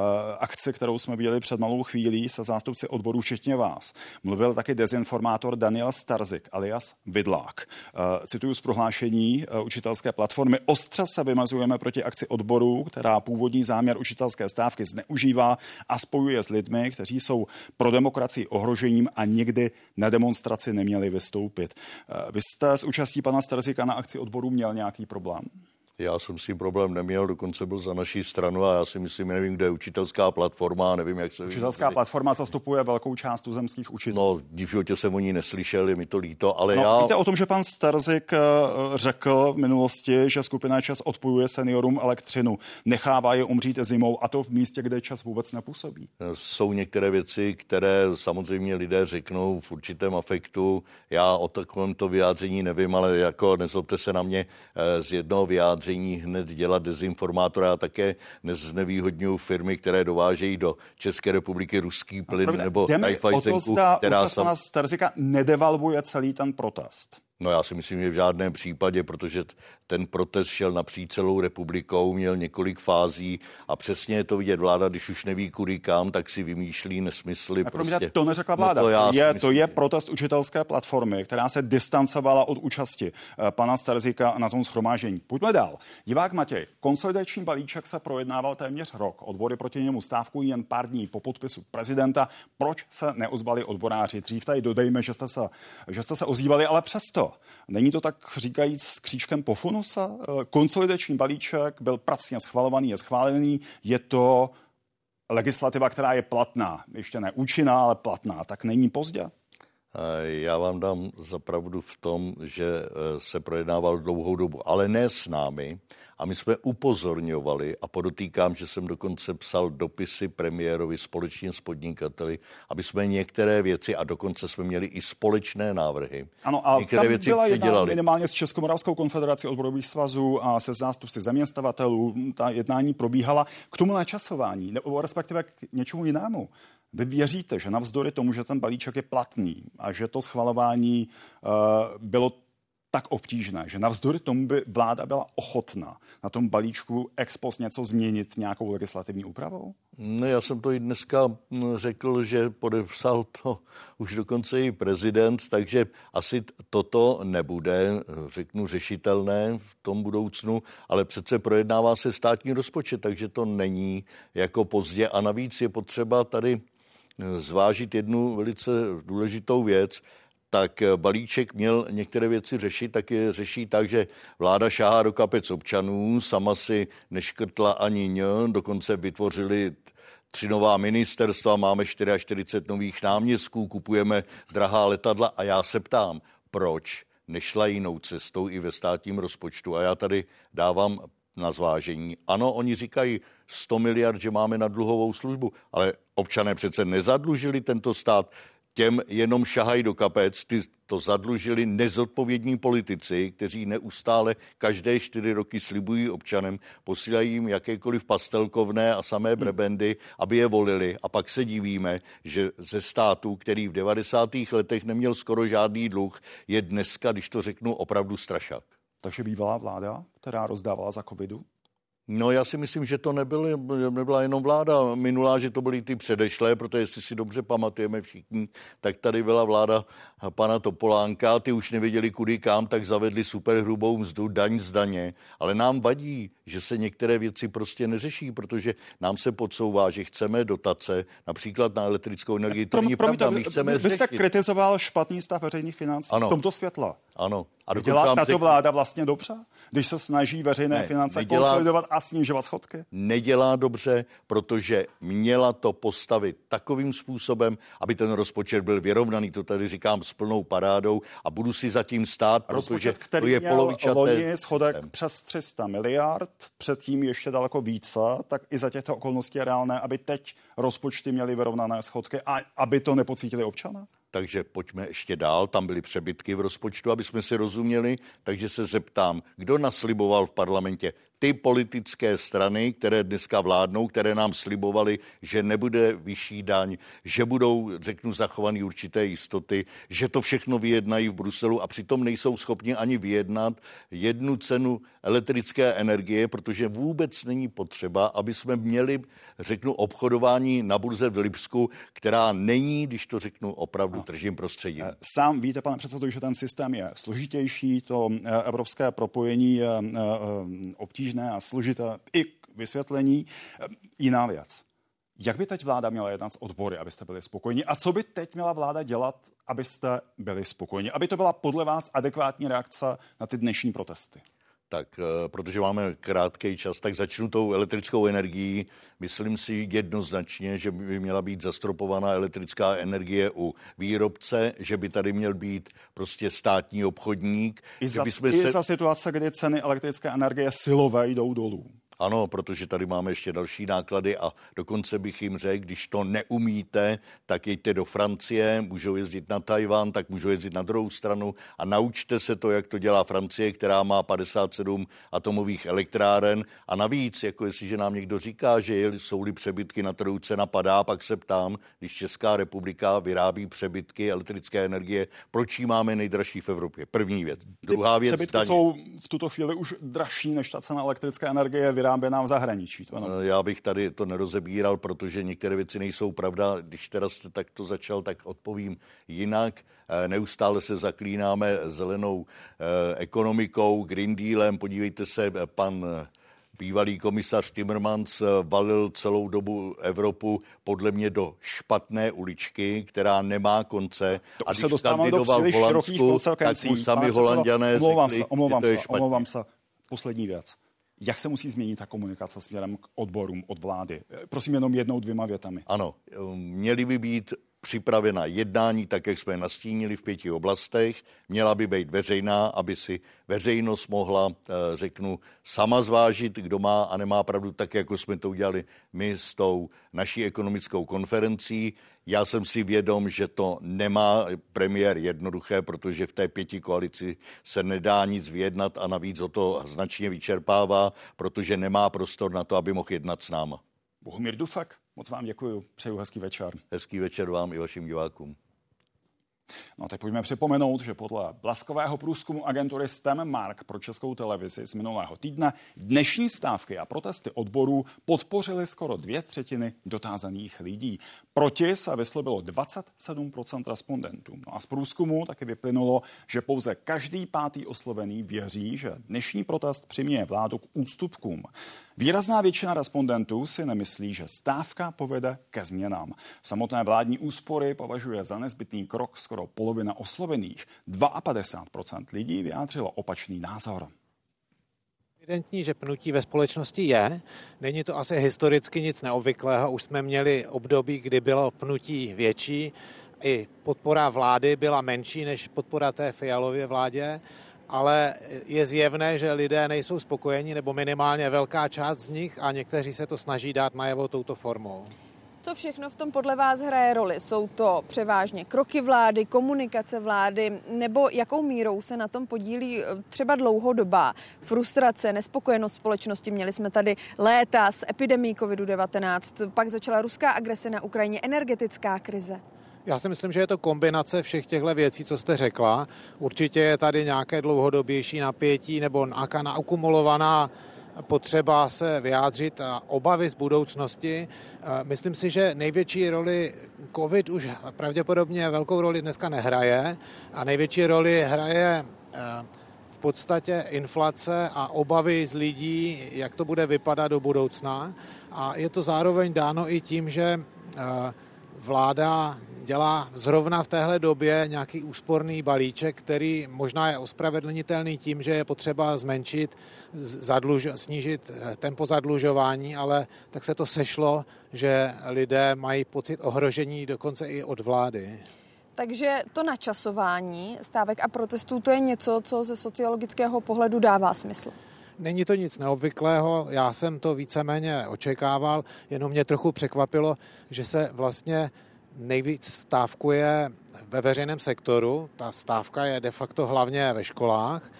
akci, kterou jsme viděli před malou chvílí se zástupci odborů, včetně vás, mluvil taky dezinformátor Daniel Starzik alias Vidlák. Cituju z prohlášení učitelské platformy: ostře se vymezujeme proti akci odborů, která původní záměr učitelské stávky zneužívá a spojuje s lidmi, kteří jsou pro demokracii ohrožením a nikdy na demonstraci neměli vystoupit. Vy jste s účastí pana Starzika na akci odborů měl nějaký problém? Já jsem s tím problém neměl, dokonce byl za naší stranu a já si myslím, nevím, kde je učitelská platforma, nevím, jak se... Učitelská platforma zastupuje velkou část tuzemských učitelů. No, v životě jsem o ní neslyšel, je mi to líto, ale Víte o tom, že pan Starzik řekl v minulosti, že skupina ČEZ odpojuje seniorům elektřinu, nechává je umřít zimou, a to v místě, kde ČEZ vůbec nepůsobí? Jsou některé věci, které samozřejmě lidé řeknou v určitém afektu. Já o takovémto vyjádření nevím, ale jako nezlobte se na mě, z jednoho vyjádření hned dělat dezinformátora a také neznevýhodňují firmy, které dovážejí do České republiky ruský plyn nebo Raiffeisenku, která pana Starzika nedevalvuje celý ten protest. No já si myslím, že v žádném případě, protože ten protest šel napříč celou republikou, měl několik fází a přesně je to vidět. Vláda, když už neví kudy kam, tak si vymýšlí nesmysly. Prostě. To neřekla vláda. No to je protest učitelské platformy, která se distancovala od účasti pana Starzika na tom shromáždění. Pojďme dál. Divák Matěj, konsolidační balíček se projednával téměř rok. Odbory proti němu stávkují jen pár dní po podpisu prezidenta. Proč se neozvali odboráři? Dřív tady dodejme, že jste se ozývali, ale přesto. Není to tak říkajíc s křížkem po funuse? Konsolidační balíček byl pracně schvalovaný, je schválený, je to legislativa, která je platná. Ještě ne účinná, ale platná. Tak není pozdě? Já vám dám za pravdu v tom, že se projednával dlouhou dobu, ale ne s námi. A my jsme upozorňovali a podotýkám, že jsem dokonce psal dopisy premiérovi společně s podnikateli, aby jsme některé věci a dokonce jsme měli i společné návrhy. Ano, a některé tam věci byla jedna minimálně s Českomoravskou konfederací odborových svazů a se zástupci zaměstnavatelů. Ta jednání probíhala k tomu načasování, nebo respektive k něčemu jinému. Vy věříte, že navzdory tomu, že ten balíček je platný a že to schvalování bylo tak obtížné, že navzdory tomu by vláda byla ochotná na tom balíčku ex post něco změnit nějakou legislativní úpravou? No, já jsem to i dneska řekl, že podepsal to už dokonce i prezident, takže asi toto nebude, řeknu, řešitelné v tom budoucnu, ale přece projednává se státní rozpočet, takže to není jako pozdě a navíc je potřeba tady zvážit jednu velice důležitou věc. Tak balíček měl některé věci řešit, tak je řeší tak, že vláda šáhá do kapec občanů, sama si neškrtla ani dokonce vytvořili 3 nová ministerstva, máme 44 nových náměstků, kupujeme drahá letadla a já se ptám, proč nešla jinou cestou i ve státním rozpočtu. A já tady dávám na zvážení. Ano, oni říkají 100 miliard, že máme na dluhovou službu, ale občané přece nezadlužili tento stát, těm jenom šahají do kapec, ty to zadlužili nezodpovědní politici, kteří neustále každé 4 roky slibují občanem, posílají jim jakékoliv pastelkovné a samé brebendy, aby je volili. A pak se divíme, že ze státu, který v 90. letech neměl skoro žádný dluh, je dneska, když to řeknu, opravdu strašák. Takže bývalá vláda, která rozdávala za covidu? No já si myslím, že to nebyla jenom vláda minulá, že to byly ty předešlé, protože jestli si dobře pamatujeme všichni, tak tady byla vláda pana Topolánka, ty už nevěděli kudy kam, tak zavedli superhrubou mzdu, daň z daně, ale nám vadí, že se některé věci prostě neřeší, protože nám se podsouvá, že chceme dotace, například na elektrickou energii, to není pravda, my chceme Vy jste kritizoval špatný stav veřejných financí v tomto světle. Ano. A dělá tato vláda vlastně dobře, když se snaží veřejné finance konsolidovat a snižovat schodky? Nedělá dobře, protože měla to postavit takovým způsobem, aby ten rozpočet byl vyrovnaný. To tady říkám s plnou parádou a budu si zatím stát, protože který to je polovičaté. Loni schodek přes 300 miliard, předtím ještě daleko více, tak i za těchto okolností je reálné, aby teď rozpočty měly vyrovnané schodky a aby to nepocítili občané? Takže pojďme ještě dál, tam byly přebytky v rozpočtu, aby jsme si rozuměli, takže se zeptám, kdo nasliboval v parlamentě ty politické strany, které dneska vládnou, které nám slibovaly, že nebude vyšší daň, že budou, řeknu, zachovaný určité jistoty, že to všechno vyjednají v Bruselu a přitom nejsou schopni ani vyjednat jednu cenu elektrické energie, protože vůbec není potřeba, aby jsme měli, řeknu, obchodování na burze v Lipsku, která není, když to řeknu, opravdu tržním prostředím. Sám víte, pane předsedo, že ten systém je složitější, to evropské propojení je obtížné a složité i k vysvětlení. Jiná věc. Jak by teď vláda měla jednat s odbory, abyste byli spokojeni? A co by teď měla vláda dělat, abyste byli spokojeni? Aby to byla podle vás adekvátní reakce na ty dnešní protesty? Tak, protože máme krátký čas, tak začnu tou elektrickou energií. Myslím si jednoznačně, že by měla být zastropovaná elektrická energie u výrobce, že by tady měl být prostě státní obchodník. I za situace, kdy ceny elektrické energie silové jdou dolů. Ano, protože tady máme ještě další náklady a dokonce bych jim řekl, když to neumíte, tak jeďte do Francie, můžou jezdit na Tajvan, tak můžou jezdit na druhou stranu a naučte se to, jak to dělá Francie, která má 57 atomových elektráren a navíc, jako jestliže nám někdo říká, že jsou-li přebytky na trhu, cena padá, pak se ptám, když Česká republika vyrábí přebytky elektrické energie, proč ji máme nejdražší v Evropě? První věc. Druhá věc. Přebytky jsou v tuto chvíli už dražší než ta cena elektrické energie vyráběná v zahraničí. Já bych tady to nerozebíral, protože některé věci nejsou pravda. Když teda jste takto začal, tak odpovím jinak. Neustále se zaklínáme zelenou ekonomikou, Green Dealem. Podívejte se, pan bývalý komisař Timmermans valil celou dobu Evropu podle mě do špatné uličky, která nemá konce. A když kandidoval v Holandsku, tak mu sami Holanďané řekli, omlouvám se. Poslední věc. Jak se musí změnit ta komunikace směrem k odborům od vlády? Prosím jenom jednou, 2 větami. Ano, měly by být připravena jednání, tak jak jsme nastínili v 5 oblastech. Měla by být veřejná, aby si veřejnost mohla, řeknu, sama zvážit, kdo má a nemá pravdu, tak jako jsme to udělali my s tou naší ekonomickou konferencí. Já jsem si vědom, že to nemá premiér jednoduché, protože v té 5 koalici se nedá nic vyjednat a navíc ho to značně vyčerpává, protože nemá prostor na to, aby mohl jednat s náma. Bohumír Dufek, moc vám děkuji, přeju hezký večer. Hezký večer vám i vašim divákům. No a teď pojďme připomenout, že podle blaskového průzkumu agentury STEM-Mark pro Českou televizi z minulého týdne dnešní stávky a protesty odborů podpořily skoro 2/3 dotázaných lidí. Proti se vyslovilo 27% respondentů. No a z průzkumu taky vyplynulo, že pouze každý 5. oslovený věří, že dnešní protest přiměje vládu k ústupkům. Výrazná většina respondentů si nemyslí, že stávka povede ke změnám. Samotné vládní úspory považuje za nezbytný krok skoro polovina oslovených. 52% lidí vyjádřilo opačný názor. Evidentní, že pnutí ve společnosti je. Není to asi historicky nic neobvyklého. Už jsme měli období, kdy bylo pnutí větší. I podpora vlády byla menší než podpora té Fialově vládě. Ale je zjevné, že lidé nejsou spokojeni, nebo minimálně velká část z nich a někteří se to snaží dát najevo touto formou. Co všechno v tom podle vás hraje roli? Jsou to převážně kroky vlády, komunikace vlády, nebo jakou mírou se na tom podílí třeba dlouhodobá frustrace, nespokojenost společnosti? Měli jsme tady léta s epidemií COVID-19, pak začala ruská agrese na Ukrajině, energetická krize. Já si myslím, že je to kombinace všech těchto věcí, co jste řekla. Určitě je tady nějaké dlouhodobější napětí nebo nějaká naakumulovaná potřeba se vyjádřit a obavy z budoucnosti. Myslím si, že největší roli COVID už pravděpodobně velkou roli dneska nehraje a největší roli hraje v podstatě inflace a obavy z lidí, jak to bude vypadat do budoucna. A je to zároveň dáno i tím, že vláda dělá zrovna v téhle době nějaký úsporný balíček, který možná je ospravedlnitelný tím, že je potřeba zmenšit, snížit tempo zadlužování, ale tak se to sešlo, že lidé mají pocit ohrožení dokonce i od vlády. Takže to načasování stávek a protestů, to je něco, co ze sociologického pohledu dává smysl. Není to nic neobvyklého, já jsem to víceméně očekával, jenom mě trochu překvapilo, že se vlastně nejvíc stávkuje ve veřejném sektoru. Ta stávka je de facto hlavně ve školách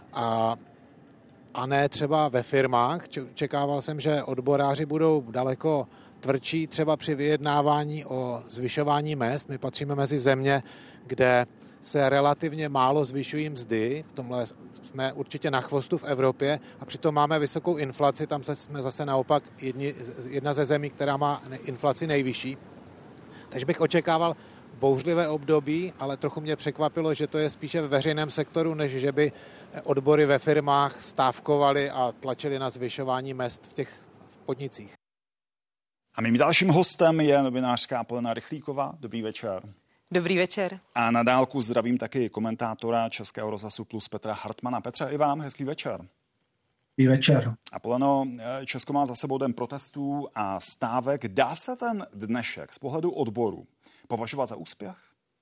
a ne třeba ve firmách. Čekával jsem, že odboráři budou daleko tvrdší třeba při vyjednávání o zvyšování mezd. My patříme mezi země, kde se relativně málo zvyšují mzdy. V tomhle jsme určitě na chvostu v Evropě a přitom máme vysokou inflaci. Tam jsme zase naopak jedna ze zemí, která má inflaci nejvyšší. Takže bych očekával bouřlivé období, ale trochu mě překvapilo, že to je spíše ve veřejném sektoru, než že by odbory ve firmách stávkovaly a tlačili na zvyšování mezd v těch podnicích. A mým dalším hostem je novinářka Polena Rychlíková. Dobrý večer. Dobrý večer. A na dálku zdravím taky komentátora Českého rozhlasu Plus Petra Hartmana. Petře, i vám hezký večer. Dobrý večer. A Poleno, Česko má za sebou den protestů a stávek. Dá se ten dnešek z pohledu odboru považovat za úspěch?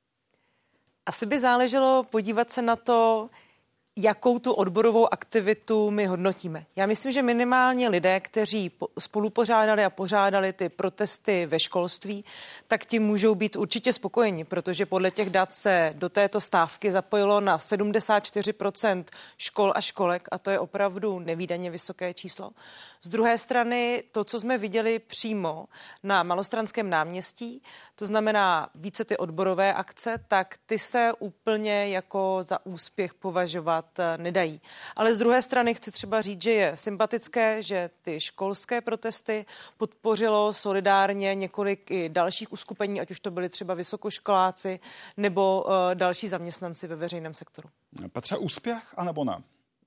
Asi by záleželo podívat se na to, jakou tu odborovou aktivitu my hodnotíme. Já myslím, že minimálně lidé, kteří spolupořádali a pořádali ty protesty ve školství, tak ti můžou být určitě spokojeni, protože podle těch dat se do této stávky zapojilo na 74% škol a školek a to je opravdu nevídaně vysoké číslo. Z druhé strany to, co jsme viděli přímo na Malostranském náměstí, to znamená více ty odborové akce, tak ty se úplně jako za úspěch považovat nedají. Ale z druhé strany chci třeba říct, že je sympatické, že ty školské protesty podpořilo solidárně několik i dalších uskupení, ať už to byli třeba vysokoškoláci nebo další zaměstnanci ve veřejném sektoru. Petře, úspěch anebo ne?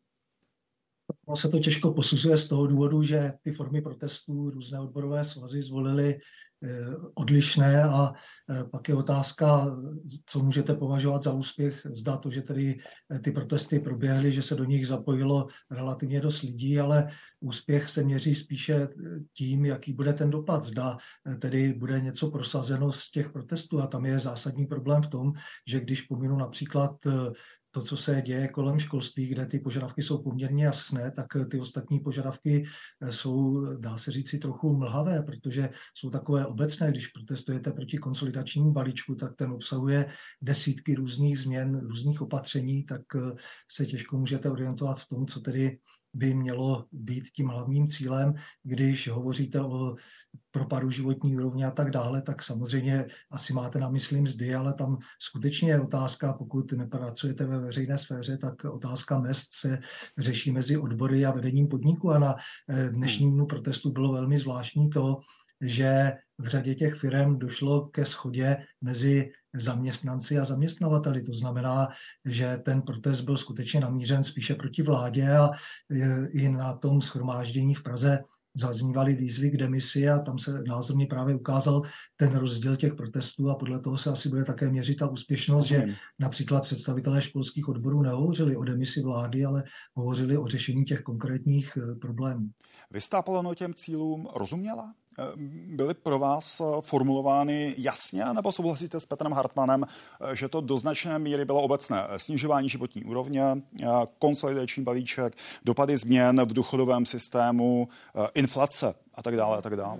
Ono se to těžko posuzuje z toho důvodu, že ty formy protestů různé odborové svazy zvolily odlišné a pak je otázka, co můžete považovat za úspěch. Zdá to, že tedy ty protesty proběhly, že se do nich zapojilo relativně dost lidí, ale úspěch se měří spíše tím, jaký bude ten dopad. Zda tedy bude něco prosazeno z těch protestů a tam je zásadní problém v tom, že když pominu například to, co se děje kolem školství, kde ty požadavky jsou poměrně jasné, tak ty ostatní požadavky jsou, dá se říci, trochu mlhavé, protože jsou takové obecné. Když protestujete proti konsolidačnímu balíčku, tak ten obsahuje desítky různých změn, různých opatření, tak se těžko můžete orientovat v tom, co tedy by mělo být tím hlavním cílem. Když hovoříte o propadu životní úrovně a tak dále, tak samozřejmě asi máte na mysli mzdy, ale tam skutečně je otázka, pokud nepracujete ve veřejné sféře, tak otázka mezd se řeší mezi odbory a vedením podniku a na dnešním dnu protestu bylo velmi zvláštní to, že v řadě těch firem došlo ke shodě mezi zaměstnanci a zaměstnavateli. To znamená, že ten protest byl skutečně namířen spíše proti vládě a i na tom shromáždění v Praze zaznívaly výzvy k demisi a tam se názorně právě ukázal ten rozdíl těch protestů a podle toho se asi bude také měřit ta úspěšnost, že například představitelé školských odborů nehovořili o demisi vlády, ale hovořili o řešení těch konkrétních problémů. Vy jste, Poleno, těm cílům rozuměla? Byly pro vás formulovány jasně, nebo souhlasíte s Petrem Hartmanem, že to do značné míry bylo obecné? Snižování životní úrovně, konsolidační balíček, dopady změn v důchodovém systému, inflace a tak dále, a tak dále.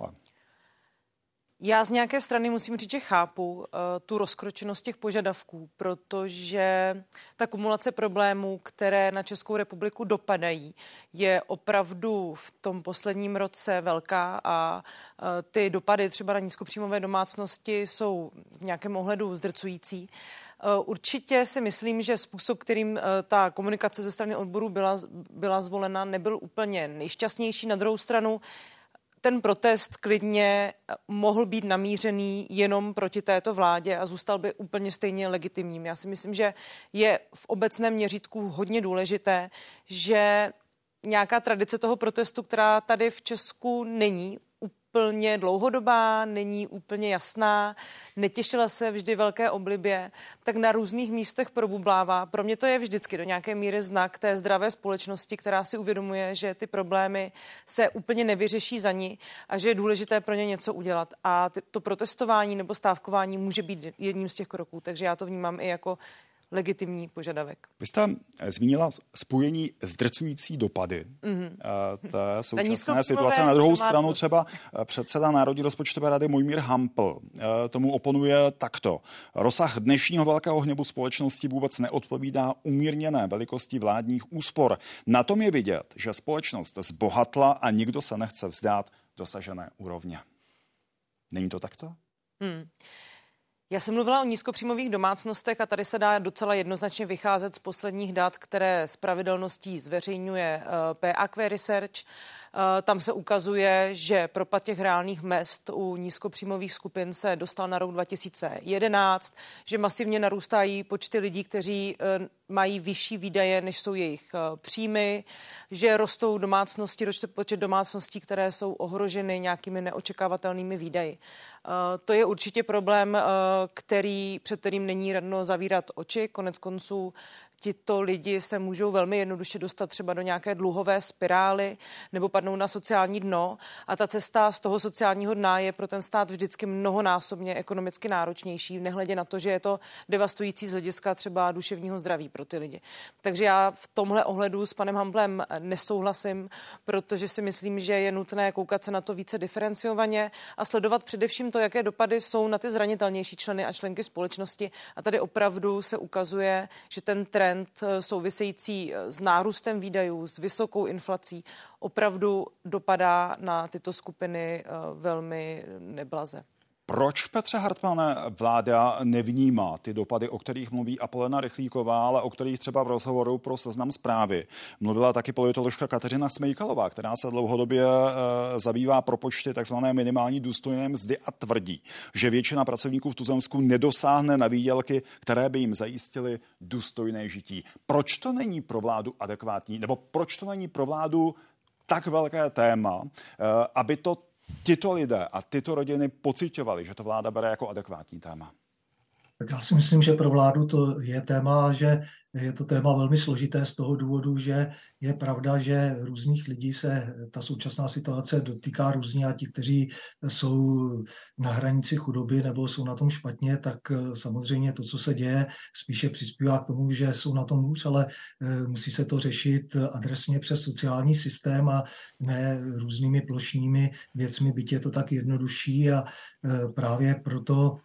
Já z nějaké strany musím říct, že chápu tu rozkročenost těch požadavků, protože ta kumulace problémů, které na Českou republiku dopadají, je opravdu v tom posledním roce velká a ty dopady třeba na nízkopříjmové domácnosti jsou v nějakém ohledu zdrcující. Určitě si myslím, že způsob, kterým ta komunikace ze strany odborů byla zvolena, nebyl úplně nejšťastnější. Na druhou stranu ten protest klidně mohl být namířený jenom proti této vládě a zůstal by úplně stejně legitimním. Já si myslím, že je v obecném měřítku hodně důležité, že nějaká tradice toho protestu, která tady v Česku není úplně dlouhodobá, není úplně jasná, netěšila se vždy velké oblibě, tak na různých místech probublává. Pro mě to je vždycky do nějaké míry znak té zdravé společnosti, která si uvědomuje, že ty problémy se úplně nevyřeší za ní a že je důležité pro ně něco udělat. A to protestování nebo stávkování může být jedním z těch kroků, takže já to vnímám i jako legitimní požadavek. Vy jste zmínila spojení zdrcující dopady té současné situace. Na druhou stranu třeba předseda Národní rozpočtové rady Mojmír Hampl tomu oponuje takto. Rozsah dnešního velkého hněvu společnosti vůbec neodpovídá umírněné velikosti vládních úspor. Na tom je vidět, že společnost zbohatla a nikdo se nechce vzdát dosažené úrovně. Není to takto? Já jsem mluvila o nízkopříjmových domácnostech a tady se dá docela jednoznačně vycházet z posledních dat, které s pravidelností zveřejňuje PAQ Research. Tam se ukazuje, že propad těch reálných mezd u nízkopříjmových skupin se dostal na rok 2011, že masivně narůstají počty lidí, kteří mají vyšší výdaje, než jsou jejich příjmy, že rostou domácnosti, roste počet domácností, které jsou ohroženy nějakými neočekávatelnými výdaji. To je určitě problém, před kterým není radno zavírat oči. Konec konců tito lidi se můžou velmi jednoduše dostat třeba do nějaké dluhové spirály nebo padnou na sociální dno a ta cesta z toho sociálního dna je pro ten stát vždycky mnohonásobně ekonomicky náročnější, nehledě na to, že je to devastující z hlediska třeba duševního zdraví pro ty lidi. Takže já v tomhle ohledu s panem Hamplem nesouhlasím, protože si myslím, že je nutné koukat se na to více diferenciovaně a sledovat především to, jaké dopady jsou na ty zranitelnější členy a členky společnosti. A tady opravdu se ukazuje, že ten trend související s nárůstem výdajů, s vysokou inflací, opravdu dopadá na tyto skupiny velmi neblaze. Proč, Petře Hartmane, vláda nevnímá ty dopady, o kterých mluví Apolena Rychlíková, ale o kterých třeba v rozhovoru pro Seznam Zprávy mluvila taky politoložka Kateřina Smejkalová, která se dlouhodobě zabývá propočty tzv. Minimální důstojné mzdy a tvrdí, že většina pracovníků v tuzemsku nedosáhne na výdělky, které by jim zajistily důstojné žití. Proč to není pro vládu adekvátní, nebo proč to není pro vládu tak velké téma, aby to tito lidé a tyto rodiny pociťovali, že to vláda bere jako adekvátní téma? Tak já si myslím, že pro vládu to je téma, že je to téma velmi složité z toho důvodu, že je pravda, že různých lidí se ta současná situace dotýká různě a ti, kteří jsou na hranici chudoby nebo jsou na tom špatně, tak samozřejmě to, co se děje, spíše přispívá k tomu, že jsou na tom hůř, ale musí se to řešit adresně přes sociální systém a ne různými plošnými věcmi, byť je to tak jednodušší a právě proto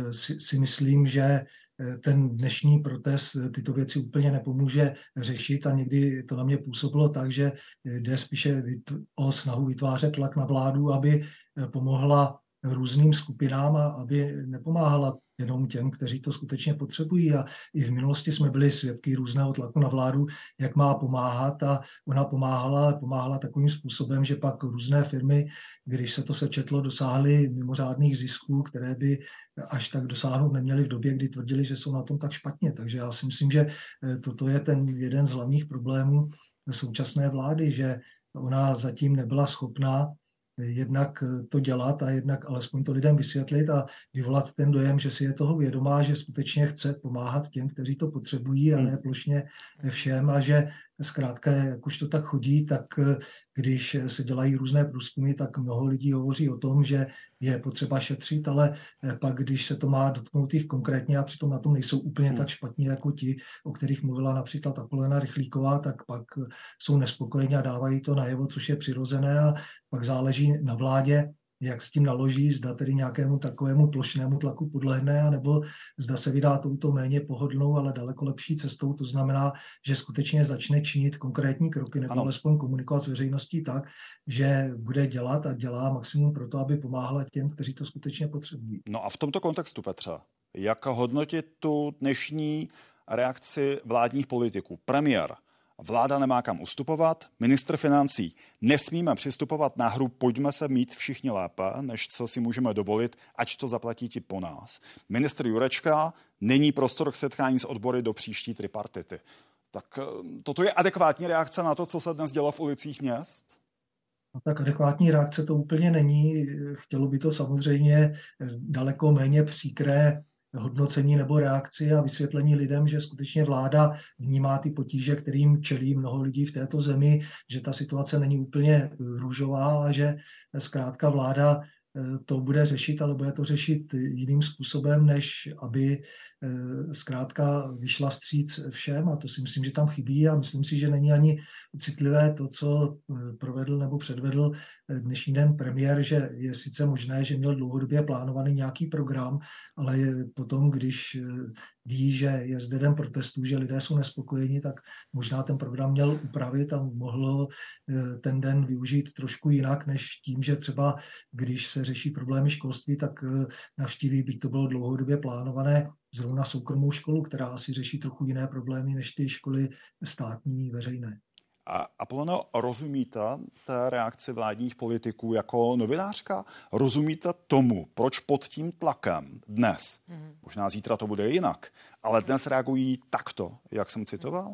si myslím, že ten dnešní protest tyto věci úplně nepomůže řešit a někdy to na mě působilo tak, že jde spíše o snahu vytvářet tlak na vládu, aby pomohla různým skupinám a aby nepomáhala jenom těm, kteří to skutečně potřebují. A i v minulosti jsme byli svědky různého tlaku na vládu, jak má pomáhat a ona pomáhala takovým způsobem, že pak různé firmy, když se to sečetlo, dosáhly mimořádných zisků, které by až tak dosáhnout neměly v době, kdy tvrdili, že jsou na tom tak špatně. Takže já si myslím, že toto je ten jeden z hlavních problémů současné vlády, že ona zatím nebyla schopná jednak to dělat a jednak alespoň to lidem vysvětlit a vyvolat ten dojem, že si je toho vědomá, že skutečně chce pomáhat těm, kteří to potřebují a ne plošně všem a že zkrátka, jak už to tak chodí, tak když se dělají různé průzkumy, tak mnoho lidí hovoří o tom, že je potřeba šetřit, ale pak, když se to má dotknout jich konkrétně a přitom na tom nejsou úplně tak špatní jako ti, o kterých mluvila například Apolena Rychlíková, tak pak jsou nespokojeni a dávají to najevo, což je přirozené a pak záleží na vládě, jak s tím naloží, zda tedy nějakému takovému plošnému tlaku podlehne, anebo zda se vydá touto méně pohodlnou, ale daleko lepší cestou. To znamená, že skutečně začne činit konkrétní kroky, nebo alespoň komunikovat s veřejností tak, že bude dělat a dělá maximum pro to, aby pomáhala těm, kteří to skutečně potřebují. No a v tomto kontextu, Petře, jak hodnotit tu dnešní reakci vládních politiků? Premiér: vláda nemá kam ustupovat, ministr financí: nesmíme přistupovat na hru, pojďme se mít všichni lépe, než co si můžeme dovolit, ať to zaplatí ti po nás. Ministr Jurečka: není prostor k setkání s odbory do příští tripartity. Tak toto je adekvátní reakce na to, co se dnes dělo v ulicích měst? No tak adekvátní reakce to úplně není. Chtělo by to samozřejmě daleko méně příkré hodnocení nebo reakci a vysvětlení lidem, že skutečně vláda vnímá ty potíže, kterým čelí mnoho lidí v této zemi, že ta situace není úplně růžová a že zkrátka vláda to bude řešit, ale bude to řešit jiným způsobem, než aby zkrátka vyšla vstříc všem, a to si myslím, že tam chybí, a myslím si, že není ani citlivé to, co provedl nebo předvedl dnešní den premiér, že je sice možné, že měl dlouhodobě plánovaný nějaký program, ale potom, když ví, že je zde den protestů, že lidé jsou nespokojeni, tak možná ten program měl upravit a mohl ten den využít trošku jinak, než tím, že třeba když se řeší problémy školství, tak navštíví, byť to bylo dlouhodobě plánované, zrovna soukromou školu, která asi řeší trochu jiné problémy než ty školy státní, veřejné. A Apolano, rozumíte té reakci vládních politiků jako novinářka? Rozumíte tomu, proč pod tím tlakem dnes, možná zítra to bude jinak, ale dnes reagují takto, jak jsem citoval?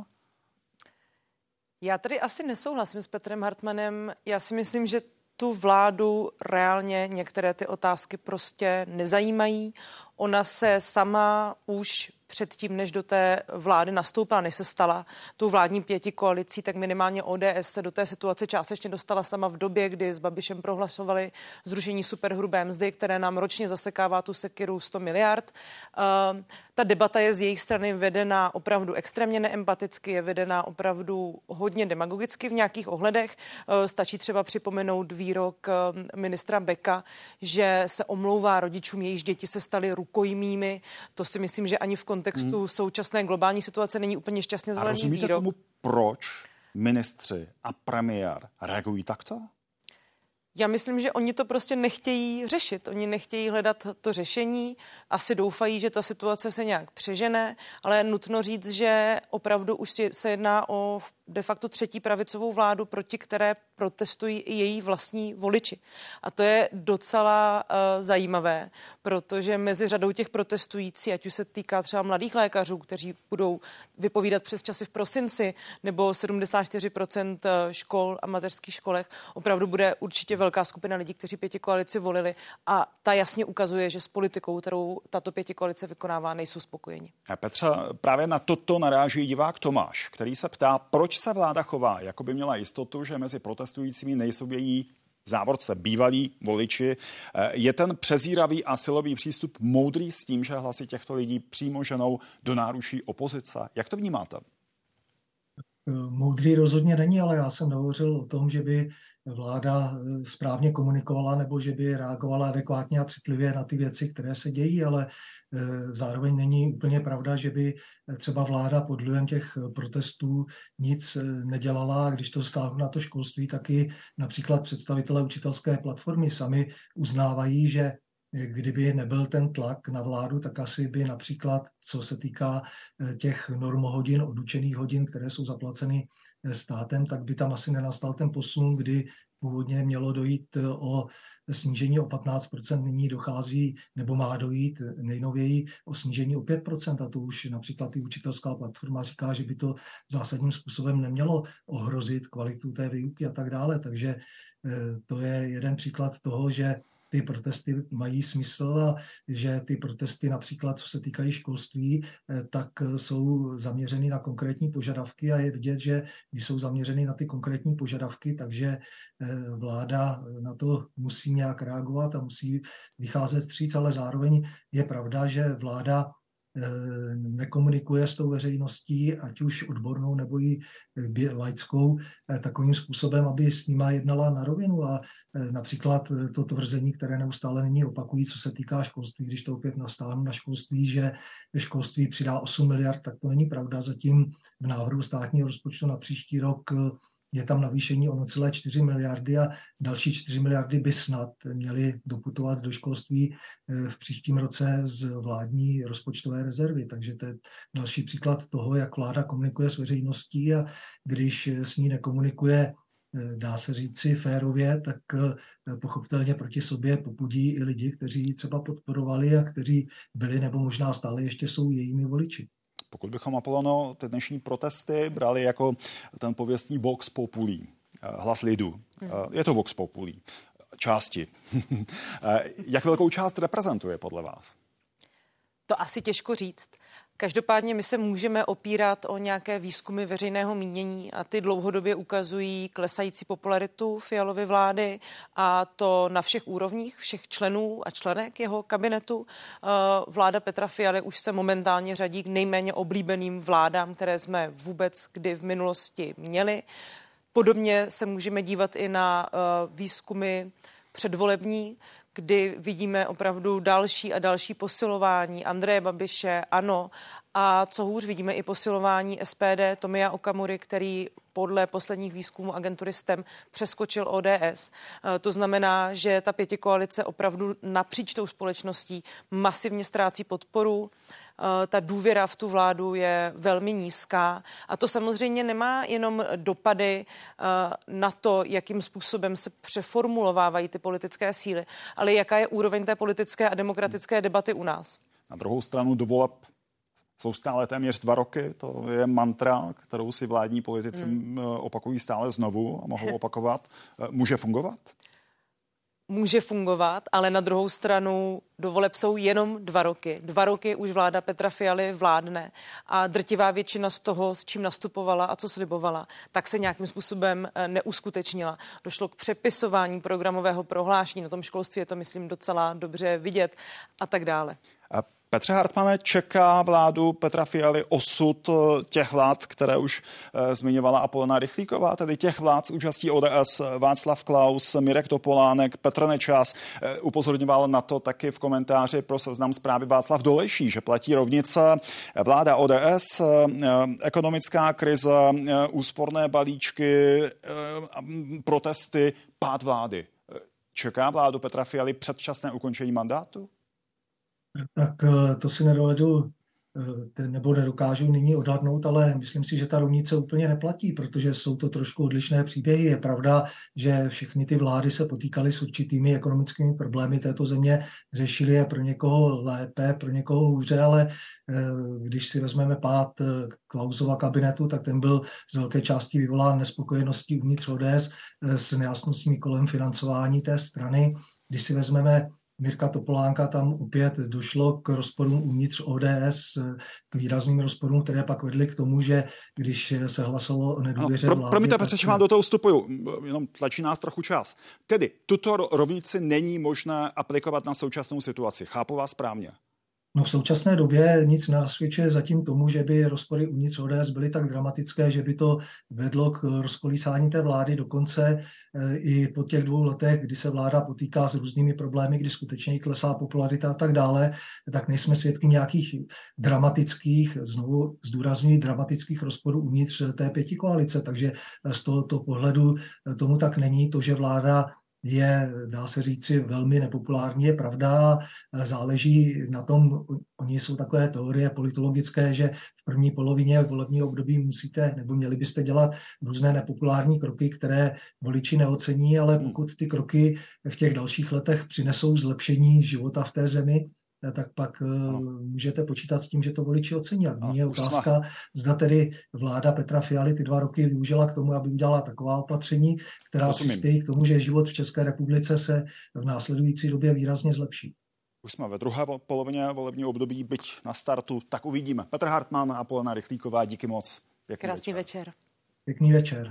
Já tady asi nesouhlasím s Petrem Hartmanem. Já si myslím, že tu vládu reálně některé ty otázky prostě nezajímají. Ona se sama už předtím, než do té vlády nastoupila, než se stala tou vládní pětikoalicí, tak minimálně ODS se do té situace částečně dostala sama v době, kdy s Babišem prohlasovali zrušení superhrubé mzdy, které nám ročně zasekává tu sekyru 100 miliard. Ta debata je z jejich strany vedena opravdu extrémně neempaticky, je vedena opravdu hodně demagogicky v nějakých ohledech. Stačí třeba připomenout výrok ministra Beka, že se omlouvá rodičům, jejichž děti se staly rukojmími. To si myslím, že ani v kontextu současné globální situace není úplně šťastně zvolený výrok. A rozumíte tomu, proč ministři a premiér reagují takto? Já myslím, že oni to prostě nechtějí řešit. Oni nechtějí hledat to řešení. Asi doufají, že ta situace se nějak přežene, ale je nutno říct, že opravdu už se jedná o de facto třetí pravicovou vládu, proti které protestují i její vlastní voliči. A to je docela zajímavé, protože mezi řadou těch protestující, ať už se týká třeba mladých lékařů, kteří budou vypovídat přes časy v prosinci, nebo 74% škol a mateřských školech, opravdu bude určitě velká skupina lidí, kteří pětikoalici volili, a ta jasně ukazuje, že s politikou, kterou tato pětikoalice vykonává, nejsou spokojeni. Petře, právě na toto naráží divák Tomáš, který se ptá, proč se vláda chová, jako by měla jistotu, že mezi protestujícími nejsou její v závorce bývalí voliči. Je ten přezíravý a silový přístup moudrý s tím, že hlasy těchto lidí přímo ženou do náručí opozice? Jak to vnímáte? Moudrý rozhodně není, ale já jsem nehovořil o tom, že by vláda správně komunikovala nebo že by reagovala adekvátně a citlivě na ty věci, které se dějí, ale zároveň není úplně pravda, že by třeba vláda pod vlivem těch protestů nic nedělala. A když to stáhnu na to školství, taky například představitelé učitelské platformy sami uznávají, že kdyby nebyl ten tlak na vládu, tak asi by například, co se týká těch normohodin, odučených hodin, které jsou zaplaceny státem, tak by tam asi nenastal ten posun, kdy původně mělo dojít o snížení o 15%, nyní dochází nebo má dojít nejnověji o snížení o 5%, a to už například i učitelská platforma říká, že by to zásadním způsobem nemělo ohrozit kvalitu té výuky a tak dále. Takže to je jeden příklad toho, že ty protesty mají smysl a že ty protesty například, co se týkají školství, tak jsou zaměřeny na konkrétní požadavky a je vidět, že když jsou zaměřeny na ty konkrétní požadavky, takže vláda na to musí nějak reagovat a musí vycházet vstříc, ale zároveň je pravda, že vláda nekomunikuje s tou veřejností, ať už odbornou nebo i laickou, takovým způsobem, aby s nima jednala na rovinu. A například to tvrzení, které neustále nyní opakují, co se týká školství, když to opět nastáhnu na školství, že školství přidá 8 miliard, tak to není pravda. Zatím v návrhu státního rozpočtu na příští rok je tam navýšení o 0,4 miliardy a další 4 miliardy by snad měly doputovat do školství v příštím roce z vládní rozpočtové rezervy. Takže to je další příklad toho, jak vláda komunikuje s veřejností, a když s ní nekomunikuje, dá se říci férově, tak pochopitelně proti sobě popudí i lidi, kteří třeba podporovali a kteří byli nebo možná stále ještě jsou jejími voliči. Pokud bychom, Apolano, ty dnešní protesty brali jako ten pověstný vox populi, Hlas lidu. Je to Vox Populi. Části. Jak velkou část reprezentuje podle vás? To asi těžko říct. Každopádně my se můžeme opírat o nějaké výzkumy veřejného mínění a ty dlouhodobě ukazují klesající popularitu Fialovy vlády, a to na všech úrovních, všech členů a členek jeho kabinetu. Vláda Petra Fialy už se momentálně řadí k nejméně oblíbeným vládám, které jsme vůbec kdy v minulosti měli. Podobně se můžeme dívat i na výzkumy předvolební, kdy vidíme opravdu další a další posilování Andreje Babiše, ANO, a co hůř vidíme i posilování SPD Tomia Okamury, který podle posledních výzkumů agentury STEM přeskočil ODS. To znamená, že ta pětikoalice opravdu napříč tou společností masivně ztrácí podporu. Ta důvěra v tu vládu je velmi nízká a to samozřejmě nemá jenom dopady na to, jakým způsobem se přeformulovávají ty politické síly, ale jaká je úroveň té politické a demokratické debaty u nás. Na druhou stranu do voleb jsou stále téměř 2 roky, to je mantra, kterou si vládní politici opakují stále znovu a mohou opakovat. Může fungovat? Může fungovat, ale na druhou stranu do voleb jsou jenom 2 roky. 2 roky už vláda Petra Fialy vládne a drtivá většina z toho, s čím nastupovala a co slibovala, tak se nějakým způsobem neuskutečnila. Došlo k přepisování programového prohlášení, na tom školství je to, myslím, docela dobře vidět a tak dále. Petře Hartmane, čeká vládu Petra Fialy osud těch vlád, které už zmiňovala Apolona Rychlíková, tedy těch vlád s účastí ODS, Václav Klaus, Mirek Topolánek, Petr Nečas. Upozorňoval na to taky v komentáři pro Seznam Zprávy Václav Dolejší, že platí rovnice vláda ODS, ekonomická krize, úsporné balíčky, protesty, pád vlády. Čeká vládu Petra Fialy předčasné ukončení mandátu? Tak to si nedovedu nebo nedokážu nyní odhadnout, ale myslím si, že ta rovnice úplně neplatí, protože jsou to trošku odlišné příběhy. Je pravda, že všechny ty vlády se potýkaly s určitými ekonomickými problémy této země, řešili je pro někoho lépe, pro někoho hůře, ale když si vezmeme pád Klausova kabinetu, tak ten byl z velké části vyvolán nespokojeností uvnitř ODS s nejasnostmi kolem financování té strany. Když si vezmeme Mirka Topolánka, tam opět došlo k rozporům uvnitř ODS, k výrazným rozporům, které pak vedly k tomu, že když se hlasovalo o nedůvěře vládě... Promiňte, Petře, že vám do toho vstupuju, jenom tlačí nás trochu čas. Tedy tuto rovnici není možné aplikovat na současnou situaci. Chápu vás správně? No v současné době nic nenasvědčuje zatím tomu, že by rozpory uvnitř ODS byly tak dramatické, že by to vedlo k rozkolísání té vlády. Dokonce i po těch 2 letech, kdy se vláda potýká s různými problémy, kdy skutečně klesá popularita a tak dále, tak nejsme svědky nějakých dramatických, znovu zdůrazňuji, dramatických rozporů uvnitř té pětikoalice. Takže z tohoto pohledu tomu tak není. To, že vláda je, dá se říci, velmi nepopulární, je pravda. Záleží na tom, oni jsou takové teorie politologické, že v první polovině volebního období musíte nebo měli byste dělat různé nepopulární kroky, které voliči neocení, ale pokud ty kroky v těch dalších letech přinesou zlepšení života v té zemi, tak pak můžete počítat s tím, že to voliči ocení. A nyní je otázka, zda tedy vláda Petra Fialy ty 2 roky využila k tomu, aby udělala taková opatření, která přispějí k tomu, že život v České republice se v následující době výrazně zlepší. Už jsme ve druhé polovině volebního období, byť na startu, tak uvidíme. Petr Hartman a Apolona Rychlíková, díky moc. Krásný večer. Pěkný večer.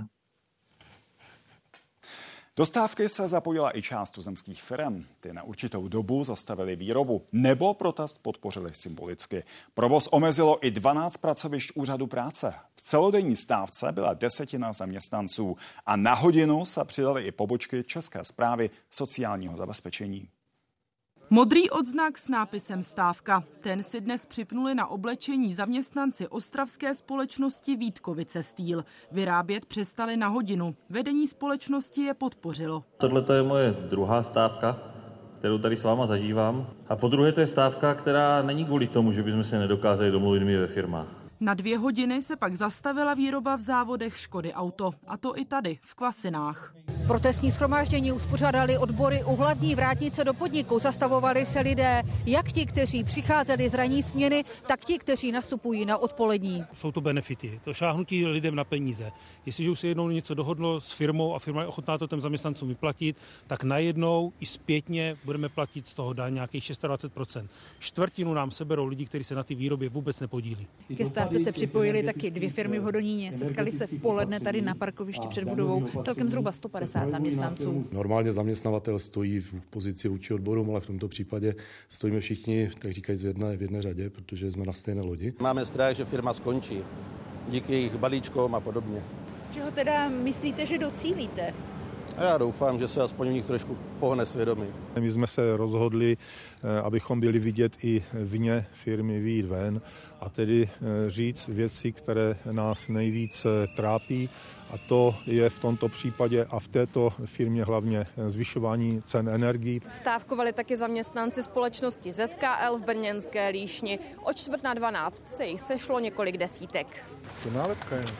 Do stávky se zapojila i část tuzemských firem. Ty na určitou dobu zastavili výrobu nebo protest podpořili symbolicky. Provoz omezilo i 12 pracovišť úřadu práce. V celodenní stávce byla 10 zaměstnanců a na hodinu se přidaly i pobočky České správy sociálního zabezpečení. Modrý odznak s nápisem stávka. Ten si dnes připnuli na oblečení zaměstnanci ostravské společnosti Vítkovice Steel. Vyrábět přestali na hodinu. Vedení společnosti je podpořilo. Tohle je moje druhá stávka, kterou tady s váma zažívám. A po druhé to je stávka, která není kvůli tomu, že bychom se nedokázali domluvit my ve firmách. Na 2 hodiny se pak zastavila výroba v závodech Škody Auto. A to i tady, v Kvasinách. Protestní shromáždění uspořádali odbory u hlavní vrátnice do podniku. Zastavovali se lidé, jak ti, kteří přicházeli z ranní směny, tak ti, kteří nastupují na odpolední. Jsou to benefity, to šáhnutí lidem na peníze. Jestliže už se jednou něco dohodlo s firmou a firma je ochotná to těm zaměstnancům vyplatit, tak najednou i zpětně budeme platit z toho daň nějakých 26%. Čtvrtinu nám seberou lidi, kteří se na ty výrobě vůbec nepodílí. Ke stávce se připojily taky 2 firmy v Hodoníně. Setkali se v poledne tady na parkovišti před budovou celkem zhruba 150 zaměstnanců. Normálně zaměstnavatel stojí v pozici vůči odborům, ale v tomto případě stojíme všichni, tak říkají, v jedné řadě, protože jsme na stejné lodi. Máme strach, že firma skončí díky jejich balíčkům a podobně. Čeho teda myslíte, že docílíte? A já doufám, že se aspoň u nich trošku pohne svědomí. My jsme se rozhodli, abychom byli vidět i vně firmy, vyjít ven a tedy říct věci, které nás nejvíce trápí. A to je v tomto případě a v této firmě hlavně zvyšování cen energií. Stávkovali taky zaměstnanci společnosti ZKL v brněnské Líšni. O 11:45 se jich sešlo několik desítek. To nálepka je.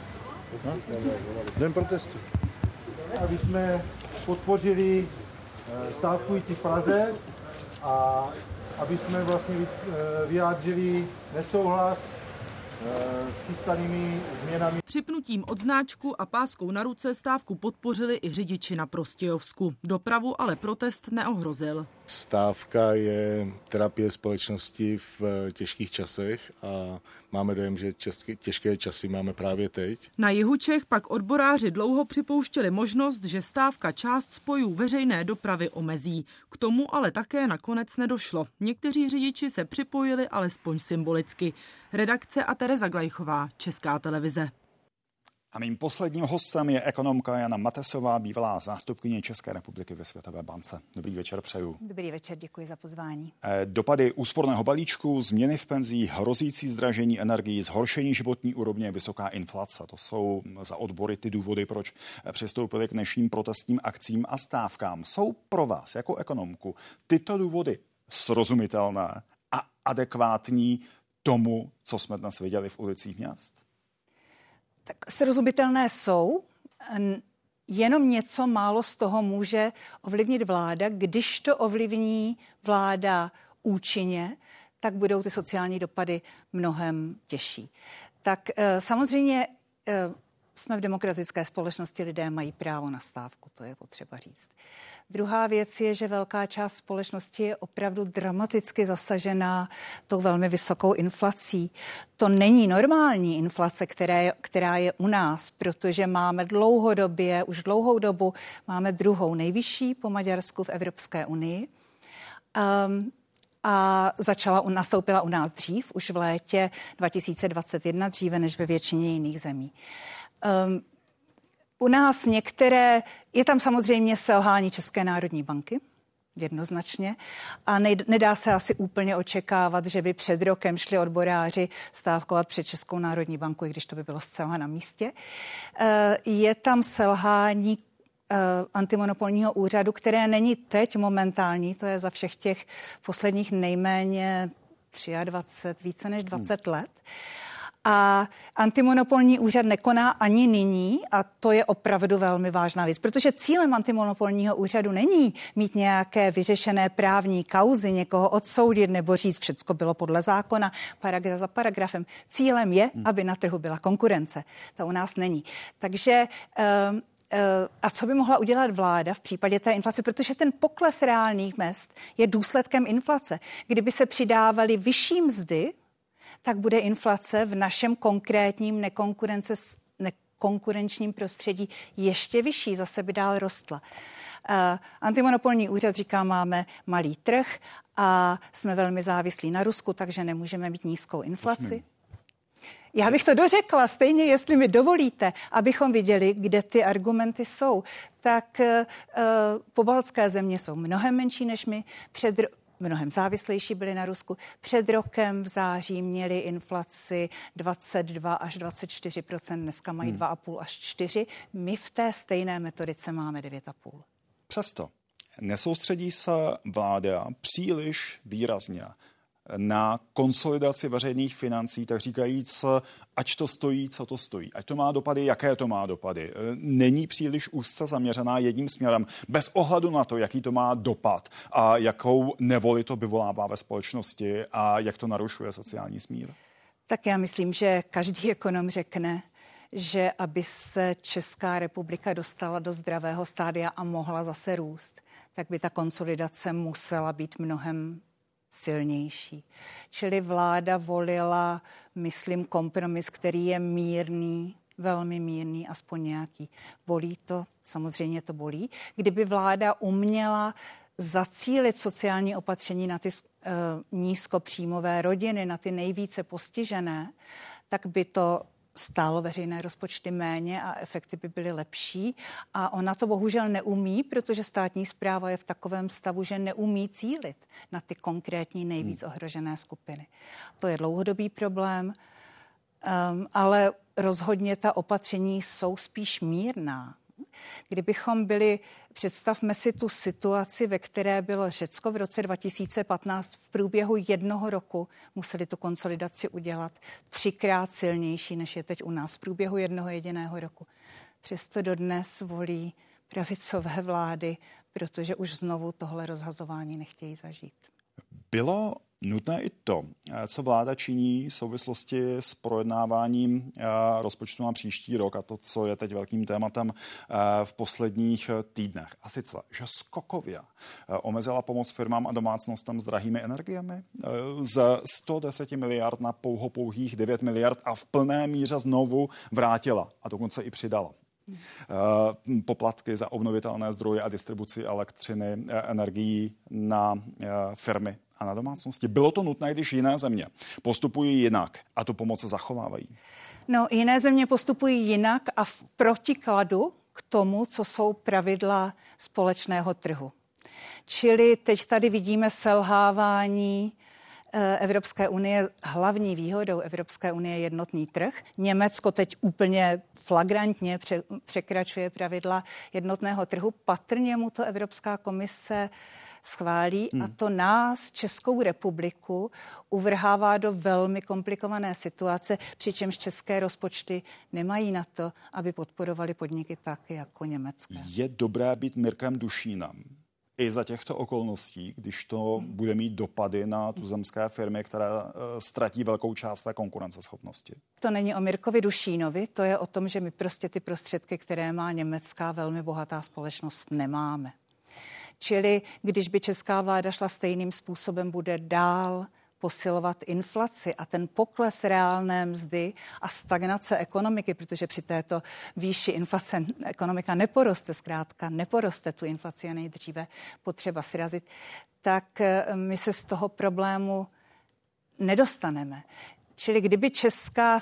Den protestu. Aby jsme podpořili stávkující v Praze a aby jsme vlastně vyjádřili nesouhlas s chystanými změnami. Připnutím odznáčku a páskou na ruce stávku podpořili i řidiči na Prostějovsku. Dopravu ale protest neohrozil. Stávka je terapie společnosti v těžkých časech a máme dojem, že těžké časy máme právě teď. Na jihu Čech pak odboráři dlouho připouštěli možnost, že stávka část spojů veřejné dopravy omezí. K tomu ale také nakonec nedošlo. Někteří řidiči se připojili alespoň symbolicky. Redakce a Tereza Glajchová, Česká televize. A mým posledním hostem je ekonomka Jana Matesová, bývalá zástupkyně České republiky ve Světové bance. Dobrý večer přeju. Dobrý večer, děkuji za pozvání. Dopady úsporného balíčku, změny v penzích, hrozící zdražení energií, zhoršení životní úrovně, vysoká inflace. To jsou za odbory ty důvody, proč přistoupili k dnešním protestním akcím a stávkám. Jsou pro vás jako ekonomku tyto důvody srozumitelné a adekvátní tomu, co jsme dnes viděli v ulicích měst? Tak srozumitelné jsou, jenom něco málo z toho může ovlivnit vláda. Když to ovlivní vláda účinně, tak budou ty sociální dopady mnohem těžší. Tak samozřejmě jsme v demokratické společnosti, lidé mají právo na stávku, to je potřeba říct. Druhá věc je, že velká část společnosti je opravdu dramaticky zasažená tou velmi vysokou inflací. To není normální inflace, která je u nás, protože máme dlouhodobě, už dlouhou dobu, máme druhou nejvyšší po Maďarsku v Evropské unii. A nastoupila u nás dřív, už v létě 2021, dříve než ve většině jiných zemí. U nás je tam samozřejmě selhání České národní banky, jednoznačně, a nedá se asi úplně očekávat, že by před rokem šli odboráři stávkovat před Českou národní banku, i když to by bylo zcela na místě. Je tam selhání antimonopolního úřadu, které není teď momentální, to je za všech těch posledních nejméně 23, více než 20 let. A antimonopolní úřad nekoná ani nyní a to je opravdu velmi vážná věc, protože cílem antimonopolního úřadu není mít nějaké vyřešené právní kauzy, někoho odsoudit nebo říct, všecko bylo podle zákona, paragraf za paragrafem. Cílem je, aby na trhu byla konkurence. To u nás není. Takže a co by mohla udělat vláda v případě té inflace? Protože ten pokles reálných mezd je důsledkem inflace. Kdyby se přidávaly vyšší mzdy, tak bude inflace v našem konkrétním nekonkurenčním prostředí ještě vyšší, zase by dál rostla. Antimonopolní úřad říká, máme malý trh a jsme velmi závislí na Rusku, takže nemůžeme mít nízkou inflaci. Já bych to dořekla, stejně jestli mi dovolíte, abychom viděli, kde ty argumenty jsou. Tak pobaltské země jsou mnohem menší než my, mnohem závislejší byli na Rusku. Před rokem v září měli inflaci 22 až 24%, dneska mají 2,5 až 4%. My v té stejné metodice máme 9,5%. Přesto nesoustředí se vláda příliš výrazně na konsolidaci veřejných financí, tak říkajíc, ať to stojí, co to stojí, ať to má dopady, jaké to má dopady. Není příliš úzce zaměřená jedním směrem, bez ohledu na to, jaký to má dopad a jakou nevoli to vyvolává ve společnosti a jak to narušuje sociální smír? Tak já myslím, že každý ekonom řekne, že aby se Česká republika dostala do zdravého stádia a mohla zase růst, tak by ta konsolidace musela být mnohem silnější. Čili vláda volila, myslím, kompromis, který je mírný, velmi mírný, aspoň nějaký. Bolí to, samozřejmě to bolí. Kdyby vláda uměla zacílit sociální opatření na ty nízkopříjmové rodiny, na ty nejvíce postižené, tak by to stálo veřejné rozpočty méně a efekty by byly lepší. A ona to bohužel neumí, protože státní správa je v takovém stavu, že neumí cílit na ty konkrétní nejvíc ohrožené skupiny. To je dlouhodobý problém, ale rozhodně ta opatření jsou spíš mírná. Kdybychom představme si tu situaci, ve které bylo Řecko v roce 2015, v průběhu 1 roku museli tu konsolidaci udělat 3krát silnější, než je teď u nás v průběhu 1 jediného roku. Přesto dodnes volí pravicové vlády, protože už znovu tohle rozhazování nechtějí zažít. Bylo nutné i to, co vláda činí v souvislosti s projednáváním rozpočtu na příští rok a to, co je teď velkým tématem v posledních týdnech. A sice, že skokově omezila pomoc firmám a domácnostem s drahými energiemi z 110 miliard na pouhých 9 miliard a v plné míře znovu vrátila a dokonce i přidala. Poplatky za obnovitelné zdroje a distribuci elektřiny, energií na firmy a na domácnosti. Bylo to nutné, když jiné země postupují jinak a tu pomoc zachovávají? No, jiné země postupují jinak a v protikladu k tomu, co jsou pravidla společného trhu. Čili teď tady vidíme selhávání Evropské unie. Hlavní výhodou Evropské unie je jednotný trh. Německo teď úplně flagrantně překračuje pravidla jednotného trhu. Patrně mu to Evropská komise schválí a to nás, Českou republiku, uvrhává do velmi komplikované situace, přičemž české rozpočty nemají na to, aby podporovali podniky tak jako německé. Je dobré být Mirkem Dušínem i za těchto okolností, když to bude mít dopady na tuzemské firmy, které ztratí velkou část své konkurenceschopnosti? To není o Mirkovi Dušínovi, to je o tom, že my prostě ty prostředky, které má německá velmi bohatá společnost, nemáme. Čili když by česká vláda šla stejným způsobem, bude dál posilovat inflaci a ten pokles reálné mzdy a stagnace ekonomiky, protože při této výši inflace ekonomika neporoste, zkrátka neporoste, tu inflaci je nejdříve potřeba srazit, tak my se z toho problému nedostaneme. Čili kdyby česká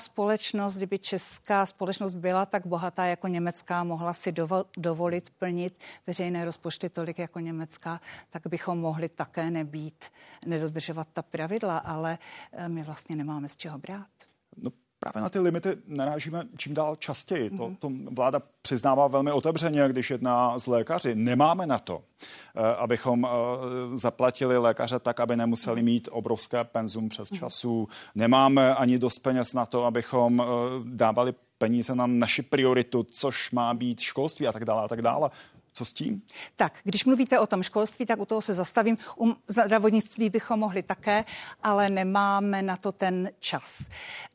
společnost byla tak bohatá jako německá, mohla si dovolit plnit veřejné rozpočty tolik jako německá, tak bychom mohli také nedodržovat ta pravidla, ale my vlastně nemáme z čeho brát. No, právě na ty limity narážíme čím dál častěji. To vláda přiznává velmi otevřeně, když jedná s lékaři. Nemáme na to, abychom zaplatili lékaře tak, aby nemuseli mít obrovské penzum přes času. Nemáme ani dost peněz na to, abychom dávali peníze na naši prioritu, což má být školství a tak dále a tak dále. Co s tím? Tak, když mluvíte o tom školství, tak u toho se zastavím. U zdravotnictví bychom mohli také, ale nemáme na to ten čas.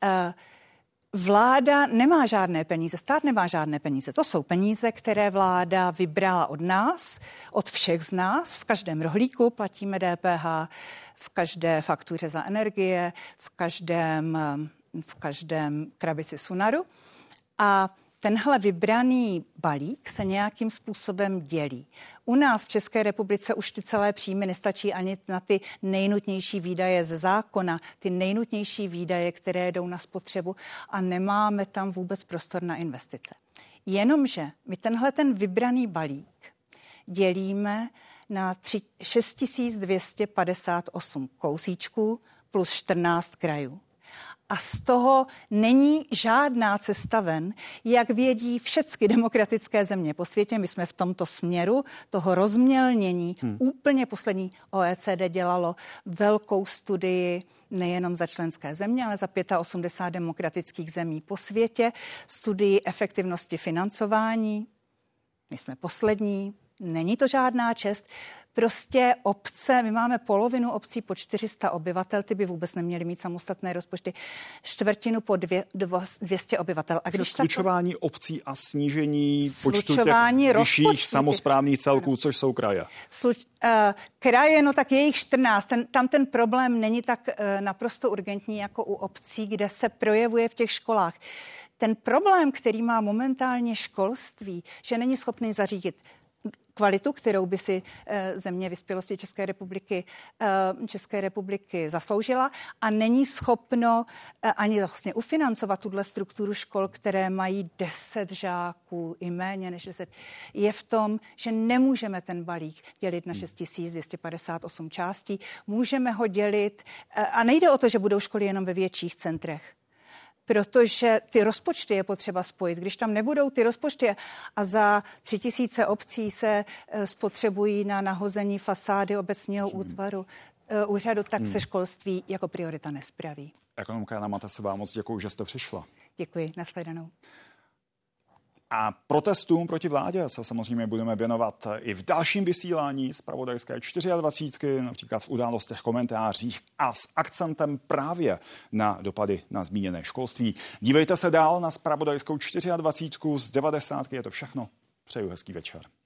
Vláda nemá žádné peníze, stát nemá žádné peníze. To jsou peníze, které vláda vybrala od nás, od všech z nás. V každém rohlíku platíme DPH, v každé faktuře za energie, v každém krabici Sunaru. A tenhle vybraný balík se nějakým způsobem dělí. U nás v České republice už ty celé příjmy nestačí ani na ty nejnutnější výdaje ze zákona, ty nejnutnější výdaje, které jdou na spotřebu a nemáme tam vůbec prostor na investice. Jenomže my ten vybraný balík dělíme na 6258 kousíčků plus 14 krajů. A z toho není žádná cesta ven, jak vědí všechny demokratické země po světě. My jsme v tomto směru toho rozmělnění úplně poslední OECD dělalo velkou studii nejenom za členské země, ale za 85 demokratických zemí po světě, studii efektivnosti financování. My jsme poslední, není to žádná čest. Prostě obce, my máme polovinu obcí po 400 obyvatel, ty by vůbec neměly mít samostatné rozpočty, čtvrtinu po 200 obyvatel. A když slučování obcí a snížení počtu těch vyšších samosprávných celků, což jsou kraje. Kraje, no tak je jich 14. Tam ten problém není tak naprosto urgentní jako u obcí, kde se projevuje v těch školách. Ten problém, který má momentálně školství, že není schopný zařídit kvalitu, kterou by si země vyspělosti České republiky zasloužila a není schopno ani vlastně ufinancovat tuhle strukturu škol, které mají 10 žáků i méně než 10, je v tom, že nemůžeme ten balík dělit na 6258 částí. Můžeme ho dělit a nejde o to, že budou školy jenom ve větších centrech, protože ty rozpočty je potřeba spojit. Když tam nebudou ty rozpočty a za 3000 obcí se spotřebují na nahození fasády obecního úřadu, tak se školství jako priorita nespraví. Ekonomka Jana Matesová, moc děkuji, že jste přišla. Děkuji, nashledanou. A protestům proti vládě se samozřejmě budeme věnovat i v dalším vysílání zpravodajské 24, například v Událostech, komentářích a s akcentem právě na dopady na zmíněné školství. Dívejte se dál na zpravodajskou 24 z 90. Je to všechno. Přeju hezký večer.